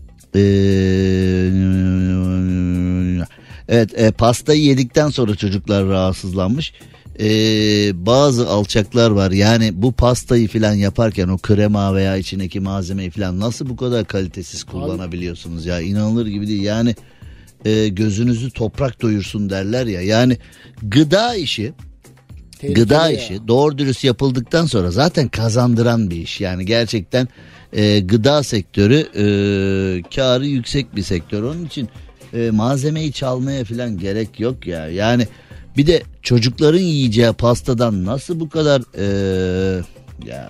Speaker 3: evet, pastayı yedikten sonra çocuklar rahatsızlanmış. Bazı alçaklar var yani, bu pastayı filan yaparken o krema veya içindeki malzemeyi filan nasıl bu kadar kalitesiz kullanabiliyorsunuz ya, inanılır gibi değil yani. Gözünüzü toprak doyursun derler ya, yani gıda işi doğru dürüst yapıldıktan sonra zaten kazandıran bir iş yani, gerçekten gıda sektörü karı yüksek bir sektör, onun için malzemeyi çalmaya falan gerek yok ya yani. Bir de çocukların yiyeceği pastadan nasıl bu kadar ya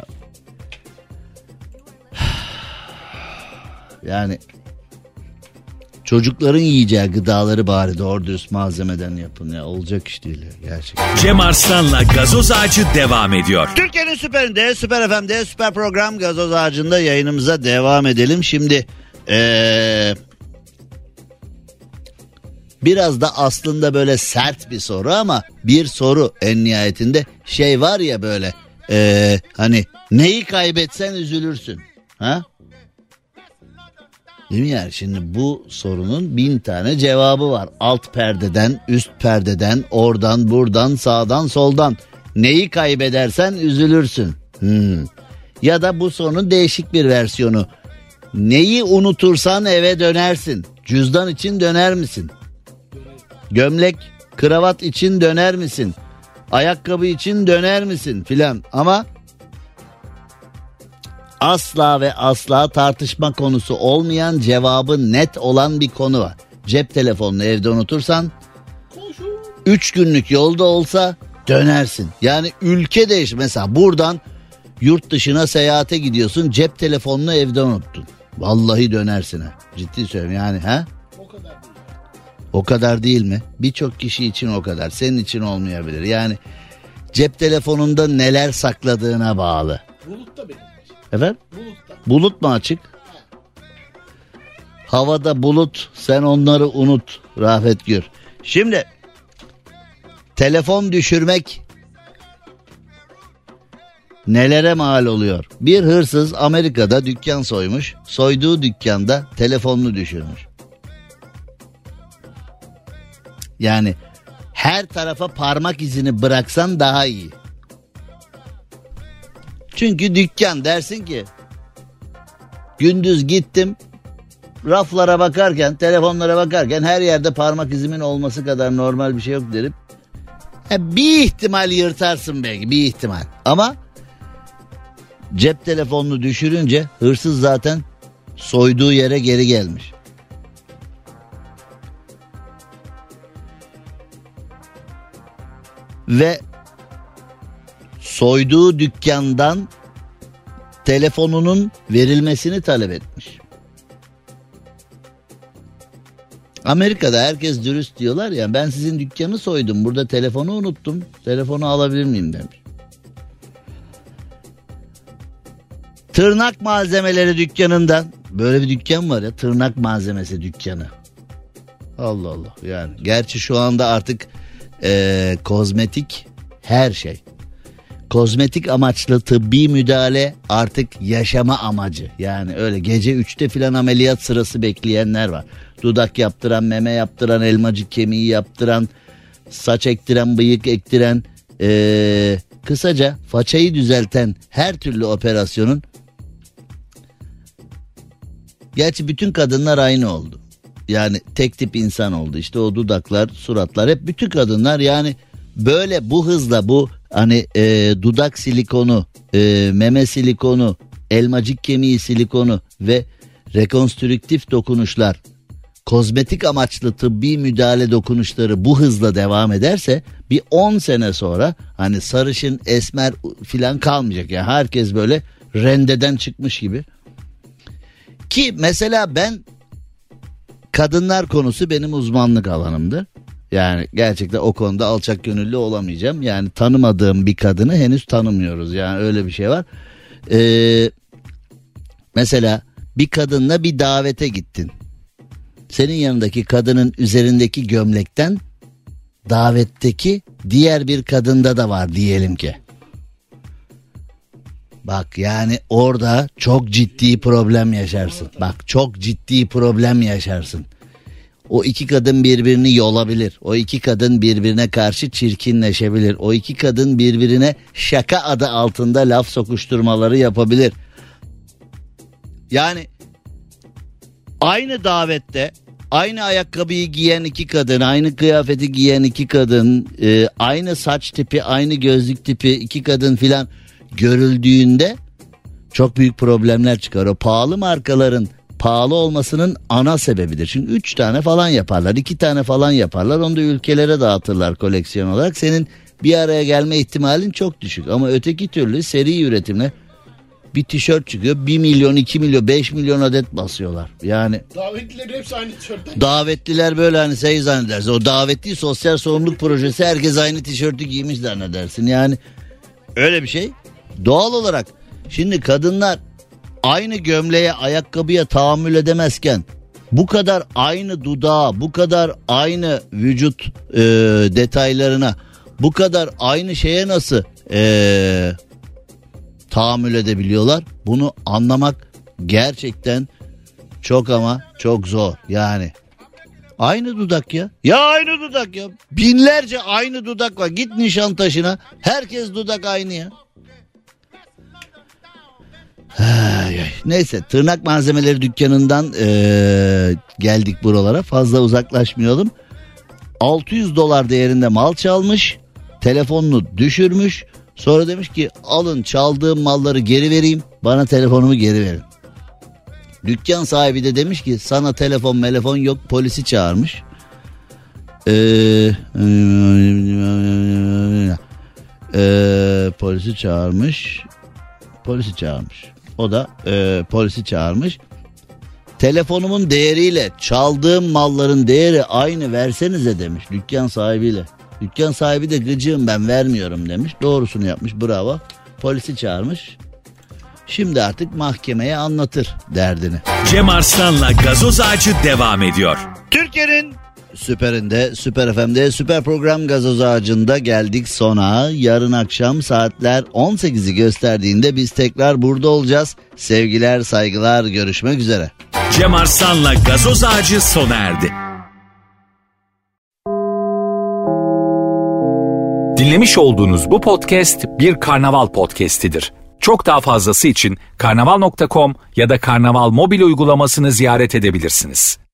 Speaker 3: yani çocukların yiyeceği gıdaları bari doğru dürüst malzemeden yapın ya, olacak iş değil gerçekten.
Speaker 2: Cem Arslan'la Gazoz Ağacı devam ediyor.
Speaker 3: Türkiye'nin süperinde, Süper FM'de, Süper Program Gazoz Ağacı'nda yayınımıza devam edelim. Şimdi biraz da aslında böyle sert bir soru ama bir soru en nihayetinde, şey var ya böyle hani neyi kaybetsen üzülürsün. Ha? Değil mi yani? Şimdi bu sorunun 1000 tane cevabı var. Alt perdeden, üst perdeden, oradan, buradan, sağdan, soldan. Neyi kaybedersen üzülürsün. Ya da bu sorunun değişik bir versiyonu. Neyi unutursan eve dönersin. Cüzdan için döner misin? Gömlek, kravat için döner misin? ayakkabı için döner misin filan, ama asla ve asla tartışma konusu olmayan, cevabı net olan bir konu var. Cep telefonunu evde unutursan 3 günlük yolda olsa dönersin. Yani ülke değiş. Mesela buradan yurt dışına seyahate gidiyorsun, cep telefonunu evde unuttun. Vallahi dönersin ha. Ciddi söylüyorum yani ha.
Speaker 4: O kadar değil.
Speaker 3: O kadar değil mi? Birçok kişi için o kadar. Senin için olmayabilir. Yani cep telefonunda neler sakladığına bağlı.
Speaker 4: Bulutta benim.
Speaker 3: Efendim?
Speaker 4: Bulutta.
Speaker 3: Bulut mu açık? Havada bulut, sen onları unut Rafet Gür. Şimdi telefon düşürmek nelere mal oluyor? Bir hırsız Amerika'da dükkan soymuş. Soyduğu dükkanda telefonunu düşürmüş. Yani her tarafa parmak izini bıraksan daha iyi. Çünkü dükkan, dersin ki gündüz gittim, raflara bakarken, telefonlara bakarken her yerde parmak izimin olması kadar normal bir şey yok derim. Bir ihtimal yırtarsın belki, bir ihtimal. Ama cep telefonunu düşürünce hırsız zaten soyduğu yere geri gelmiş. Ve soyduğu dükkandan telefonunun verilmesini talep etmiş. Amerika'da herkes dürüst diyorlar ya, ben sizin dükkanı soydum, burada telefonu unuttum, telefonu alabilir miyim demiş. Tırnak malzemeleri dükkanından, böyle bir dükkan var ya, tırnak malzemesi dükkanı. Allah Allah, yani gerçi şu anda artık kozmetik her şey. Kozmetik amaçlı tıbbi müdahale artık yaşama amacı. Yani öyle gece 3'te filan ameliyat sırası bekleyenler var. Dudak yaptıran, meme yaptıran, elmacık kemiği yaptıran, saç ektiren, bıyık ektiren, kısaca façayı düzelten her türlü operasyonun, gerçi bütün kadınlar aynı oldu. Yani tek tip insan oldu. İşte o dudaklar, suratlar, hep bütün kadınlar yani böyle bu hızla, bu hani dudak silikonu, meme silikonu, elmacık kemiği silikonu ve rekonstrüktif dokunuşlar, kozmetik amaçlı tıbbi müdahale dokunuşları bu hızla devam ederse bir 10 sene sonra hani sarışın, esmer filan kalmayacak. Yani herkes böyle rendeden çıkmış gibi. Ki mesela ben, kadınlar konusu benim uzmanlık alanımdır. Yani gerçekten o konuda alçak gönüllü olamayacağım. Yani tanımadığım bir kadını henüz tanımıyoruz. Yani öyle bir şey var. Mesela bir kadınla bir davete gittin. Senin yanındaki kadının üzerindeki gömlekten davetteki diğer bir kadında da var diyelim ki. Bak yani orada çok ciddi problem yaşarsın. Bak çok ciddi problem yaşarsın. O iki kadın birbirini yolabilir. O iki kadın birbirine karşı çirkinleşebilir. O iki kadın birbirine şaka adı altında laf sokuşturmaları yapabilir. Yani aynı davette aynı ayakkabıyı giyen iki kadın, aynı kıyafeti giyen iki kadın, aynı saç tipi, aynı gözlük tipi iki kadın filan görüldüğünde çok büyük problemler çıkar. O pahalı markaların pahalı olmasının ana sebebidir. Çünkü 3 tane falan yaparlar, 2 tane falan yaparlar. Onu da ülkelere dağıtırlar koleksiyon olarak. Senin bir araya gelme ihtimalin çok düşük. Ama öteki türlü seri üretimle bir tişört çıkıyor. 1 milyon, 2 milyon, 5 milyon adet basıyorlar. Yani
Speaker 4: Davetliler hepsi aynı tişörtten.
Speaker 3: davetliler böyle hani şey zannedersin. O davetli sosyal sorumluluk projesi, herkes aynı tişörtü giymiş zannedersin. Yani öyle bir şey. Doğal olarak şimdi kadınlar aynı gömleğe, ayakkabıya tahammül edemezken bu kadar aynı dudağa, bu kadar aynı vücut detaylarına, bu kadar aynı şeye nasıl tahammül edebiliyorlar? Bunu anlamak gerçekten çok ama çok zor. Yani aynı dudak ya. Ya aynı dudak ya. Binlerce aynı dudak var. Git Nişantaşı'na, herkes dudak aynı ya. Neyse, tırnak malzemeleri dükkanından geldik buralara, fazla uzaklaşmayalım. $600 değerinde mal çalmış, telefonunu düşürmüş. Sonra demiş ki alın çaldığım malları geri vereyim, bana telefonumu geri verin. Dükkan sahibi de demiş ki sana telefon yok, polisi çağırmış. Polisi çağırmış. O da polisi çağırmış. Telefonumun değeriyle çaldığım malların değeri aynı, versenize demiş dükkan sahibiyle. Dükkan sahibi de gıcığım ben vermiyorum demiş. Doğrusunu yapmış, bravo. Polisi çağırmış. Şimdi artık mahkemeye anlatır derdini.
Speaker 2: Cem Arslan'la Gazoz Ağacı devam ediyor.
Speaker 3: Türkiye'nin süperinde, Süper FM'de, süper program Gazoz Ağacı'nda geldik sona. Yarın akşam saatler 18'i gösterdiğinde biz tekrar burada olacağız. Sevgiler, saygılar, görüşmek üzere.
Speaker 2: Cem Arslan'la Gazoz Ağacı sona erdi.
Speaker 1: Dinlemiş olduğunuz bu podcast bir karnaval podcastidir. Çok daha fazlası için karnaval.com ya da karnaval mobil uygulamasını ziyaret edebilirsiniz.